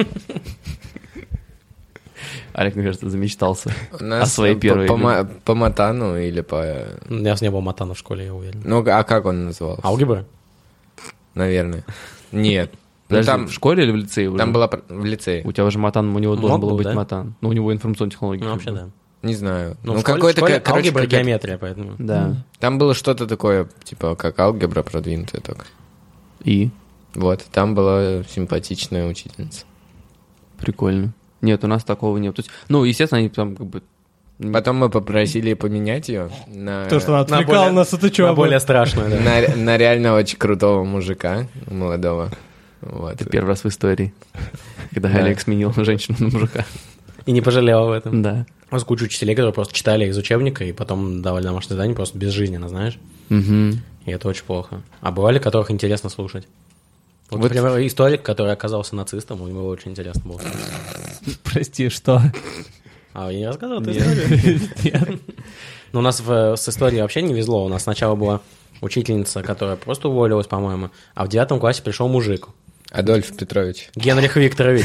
Speaker 1: Олег, мне кажется, замечтался
Speaker 4: У нас
Speaker 1: о своей
Speaker 4: по-
Speaker 1: первой
Speaker 4: по,
Speaker 1: любви.
Speaker 4: ма- по матану или по...
Speaker 3: У нас не было матана в школе, я уверен.
Speaker 4: Ну, а как он назывался?
Speaker 3: Алгебра?
Speaker 4: Наверное. Нет. Ну,
Speaker 1: Подожди,
Speaker 4: там,
Speaker 1: в школе или в лицее уже?
Speaker 4: там была пр- в лицее.
Speaker 1: У тебя уже матан, у него должен
Speaker 3: Мог
Speaker 1: был
Speaker 3: был,
Speaker 1: быть
Speaker 3: да?
Speaker 1: матан. Ну, у него информационные технологии.
Speaker 3: Ну,
Speaker 1: как
Speaker 3: вообще,
Speaker 1: бы.
Speaker 3: да.
Speaker 4: Не знаю.
Speaker 3: Ну,
Speaker 4: Ну,
Speaker 3: в школе-
Speaker 4: какой-то...
Speaker 3: в школе
Speaker 4: ка- короче,
Speaker 3: алгебра и
Speaker 4: какая-то-
Speaker 3: геометрия, поэтому...
Speaker 1: Да.
Speaker 4: Там было что-то такое, типа, как алгебра продвинутая только.
Speaker 1: И?
Speaker 4: Вот, там была симпатичная учительница.
Speaker 1: Прикольно. Нет, у нас такого нет. То есть, ну, естественно, они там как бы...
Speaker 4: Потом мы попросили поменять ее на,
Speaker 2: То, что она
Speaker 3: На
Speaker 2: отвлекала
Speaker 3: более-
Speaker 2: нас от
Speaker 3: На
Speaker 2: учебы.
Speaker 3: более страшную, да.
Speaker 4: на, на реально очень крутого мужика, молодого. Вот.
Speaker 1: Это первый раз в истории, когда
Speaker 4: Да.
Speaker 1: Олег сменил женщину на мужика.
Speaker 3: И не пожалел об этом.
Speaker 1: Да.
Speaker 3: У нас куча учителей, которые просто читали из учебника и потом давали домашнее задание просто безжизненно, знаешь?
Speaker 1: Угу.
Speaker 3: И это очень плохо. А бывали, которых интересно слушать. Вот,
Speaker 4: Вот-
Speaker 3: например, историк, который оказался нацистом, у него очень интересно было.
Speaker 2: Прости, что?
Speaker 3: А я не рассказывал эту историю?
Speaker 2: Нет.
Speaker 3: Ну, у нас в- с историей вообще не везло. У нас сначала была учительница, которая просто уволилась, по-моему, а в девятом классе пришел мужик.
Speaker 4: Адольф Петрович.
Speaker 3: Генрих Викторович.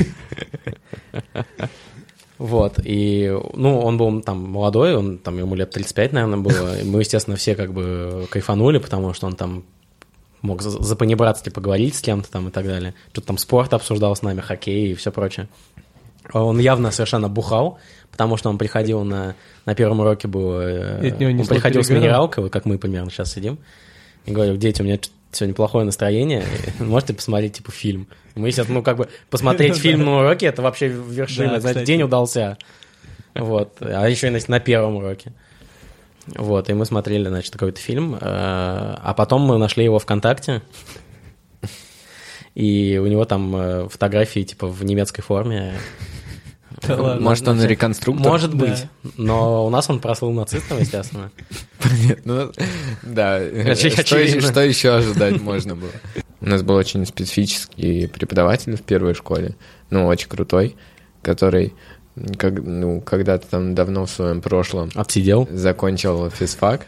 Speaker 3: Вот, и, ну, он был там молодой, он там, ему лет тридцать пять, наверное, было, и мы, естественно, все как бы кайфанули, потому что он там мог за- запанибратски поговорить с кем-то там и так далее, что-то там спорт обсуждал с нами, хоккей и все прочее. Он явно совершенно бухал, потому что он приходил на, на первом уроке, был, э,
Speaker 2: И от него
Speaker 3: он
Speaker 2: несло
Speaker 3: приходил с
Speaker 2: перегара.
Speaker 3: минералкой, вот как мы примерно сейчас сидим, и говорил: дети, у меня чё- сегодня плохое настроение, можете посмотреть, типа, фильм. Мы, естественно, ну, как бы, посмотреть фильм на уроке, это вообще вершина,
Speaker 2: Да,
Speaker 3: значит,
Speaker 2: кстати.
Speaker 3: день удался. Вот, а еще, значит, на первом уроке. Вот, и мы смотрели, значит, какой-то фильм, э, а потом мы нашли его ВКонтакте, и у него там э, фотографии, типа, в немецкой форме.
Speaker 2: Да ладно.
Speaker 4: Может, он реконструктор?
Speaker 3: Может
Speaker 2: Да.
Speaker 3: быть, но у нас он прослыл нацистом, естественно.
Speaker 4: Нет, ну, да.
Speaker 3: Очи-
Speaker 4: Что,
Speaker 3: очевидно.
Speaker 4: еще- что еще ожидать можно было? У нас был очень специфический преподаватель в первой школе, ну, очень крутой, который, как, ну, когда-то там давно в своем прошлом
Speaker 3: Отсидел.
Speaker 4: закончил физфак,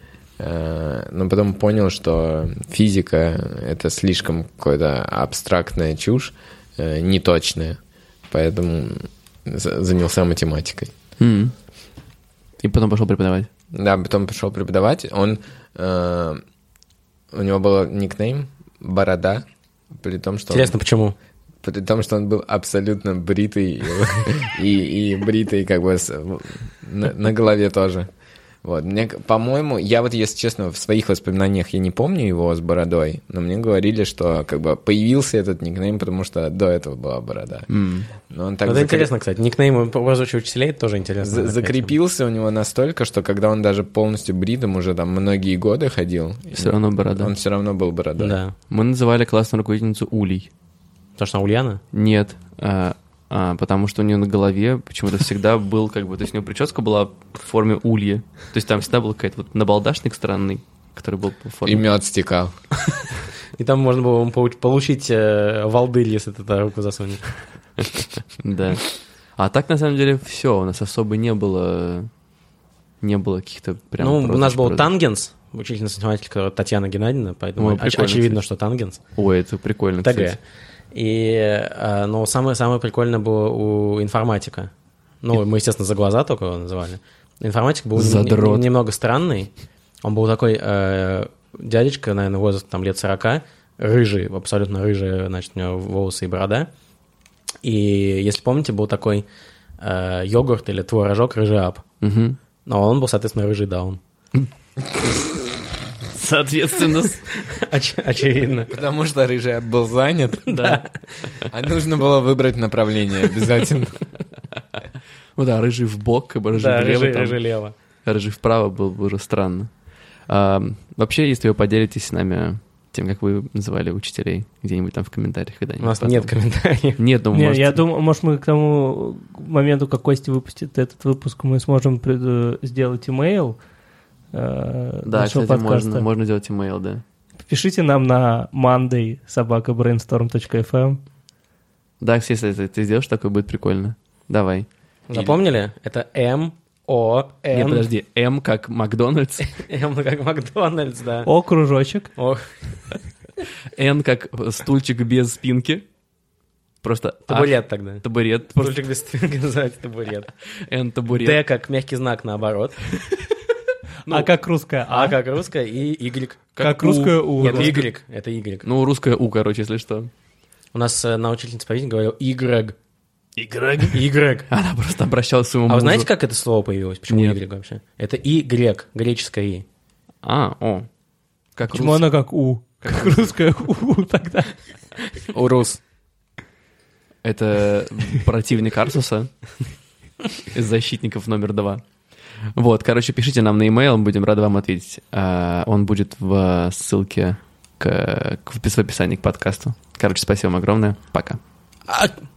Speaker 4: э, но потом понял, что физика — это слишком какая-то абстрактная чушь, э, неточная, поэтому за- занялся математикой.
Speaker 1: М. И потом пошел преподавать.
Speaker 4: Да, потом пришел преподавать, он, э, у него был никнейм Борода, при том, что... он-
Speaker 3: Интересно, почему?
Speaker 4: При том, что он был абсолютно бритый и, и бритый как бы с- на, на голове тоже. Вот. Мне, к- по-моему, я вот, если честно, в своих воспоминаниях я не помню его с бородой, но мне говорили, что как бы появился этот никнейм, потому что до этого была борода.
Speaker 1: М.
Speaker 4: Но он так
Speaker 3: Это
Speaker 4: закре-
Speaker 3: интересно, кстати. Никнеймы прозвучи учителей это тоже интересно.
Speaker 4: за- закрепился у него настолько, что когда он даже полностью бритым уже там многие годы ходил,
Speaker 1: Все равно борода.
Speaker 4: он все равно был бородой.
Speaker 3: Да.
Speaker 1: Мы называли классную руководительницу Улей.
Speaker 3: Потому что она Ульяна?
Speaker 1: Нет, а, а, потому что у нее на голове почему-то всегда был как бы, то есть у нее прическа была в форме ульи. То есть там всегда был какой-то вот набалдашник странный, который был по
Speaker 4: И
Speaker 1: форме.
Speaker 4: мед стекал.
Speaker 3: И там можно было получ- получить э, волдырь, если ты туда руку засунешь.
Speaker 1: Да. А так, на самом деле, все, у нас особо не было, не было каких-то прям...
Speaker 3: Ну, у нас
Speaker 1: прозвищ,
Speaker 3: был
Speaker 1: прозвищ.
Speaker 3: Тангенс, учительница-основатель, которая Татьяна Геннадьевна, поэтому
Speaker 1: Ой,
Speaker 3: оч-
Speaker 1: прикольно,
Speaker 3: очевидно,
Speaker 1: кстати.
Speaker 3: что Тангенс.
Speaker 1: Ой, это прикольно,
Speaker 3: ТГ.
Speaker 1: кстати.
Speaker 3: И, э, но самое, самое прикольное было у информатика. Ну, мы, естественно, за глаза только его называли. Информатик был нем-
Speaker 1: Задрот.
Speaker 3: нем- немного странный. Он был такой э, дядечка, наверное, возраст там лет сорока, рыжий, абсолютно рыжий, значит, у него волосы и борода. И, если помните, был такой э, йогурт или творожок рыжий ап.
Speaker 1: Мгм.
Speaker 3: Но он был, соответственно, рыжий даун.
Speaker 1: Соответственно, с-
Speaker 3: Оч- очевидно.
Speaker 4: Потому что рыжий был занят,
Speaker 1: да.
Speaker 4: а нужно было выбрать направление обязательно.
Speaker 1: Ну да, рыжий в бок, как бы рыжий
Speaker 3: Да,
Speaker 1: влево,
Speaker 3: рыжий,
Speaker 1: там,
Speaker 3: рыжий лево.
Speaker 1: рыжий вправо было бы уже странно. А, вообще, если вы поделитесь с нами тем, как вы называли учителей, где-нибудь там в комментариях когда-нибудь.
Speaker 3: У нас
Speaker 1: потом.
Speaker 3: нет комментариев.
Speaker 1: Нет, ну,
Speaker 2: Не,
Speaker 1: может,
Speaker 2: я думаю, может, мы к тому моменту, как Костя выпустит этот выпуск, мы сможем пред- сделать имейл э,
Speaker 1: Да,
Speaker 2: нашего
Speaker 1: кстати,
Speaker 2: подкаста.
Speaker 1: можно, можно делать имейл, да.
Speaker 2: Пишите нам на monday собака brainstorm точка эф эм.
Speaker 1: Да, если ты, ты сделаешь такое, будет прикольно. Давай.
Speaker 3: Запомнили? Это М, О, Н.
Speaker 1: Нет, подожди, М как Макдональдс,
Speaker 3: М как Макдональдс, да.
Speaker 2: О, кружочек.
Speaker 3: Ох,
Speaker 1: Н как стульчик без спинки. Просто
Speaker 3: табурет тогда.
Speaker 1: H, табурет. Просто
Speaker 3: Стульчик без спинки называется табурет.
Speaker 1: Н табурет.
Speaker 3: Д как мягкий знак наоборот.
Speaker 2: а как русская
Speaker 3: А
Speaker 2: А?
Speaker 3: как русская и Y.
Speaker 2: Как русская У.
Speaker 3: Нет,
Speaker 2: да.
Speaker 3: Y. Это Y.
Speaker 1: Ну, русская У, короче, если что.
Speaker 3: У нас э, на учительница по физике говорила Y.
Speaker 1: Y.
Speaker 3: Y.
Speaker 1: Она просто обращалась к своему
Speaker 3: А
Speaker 1: мужу.
Speaker 3: вы знаете, как это слово появилось? Почему
Speaker 1: Нет.
Speaker 3: Y вообще? Это Y, греческое И.
Speaker 1: А, о. Как
Speaker 2: Почему
Speaker 1: рус-
Speaker 2: она как У? Как русская У тогда.
Speaker 4: Урус.
Speaker 1: Это противник Арсуса из защитников номер два. Вот, короче, пишите нам на e-mail, будем рады вам ответить. А, Он будет в ссылке к, к- в описании к подкасту. Короче, спасибо вам огромное. Пока.
Speaker 3: А,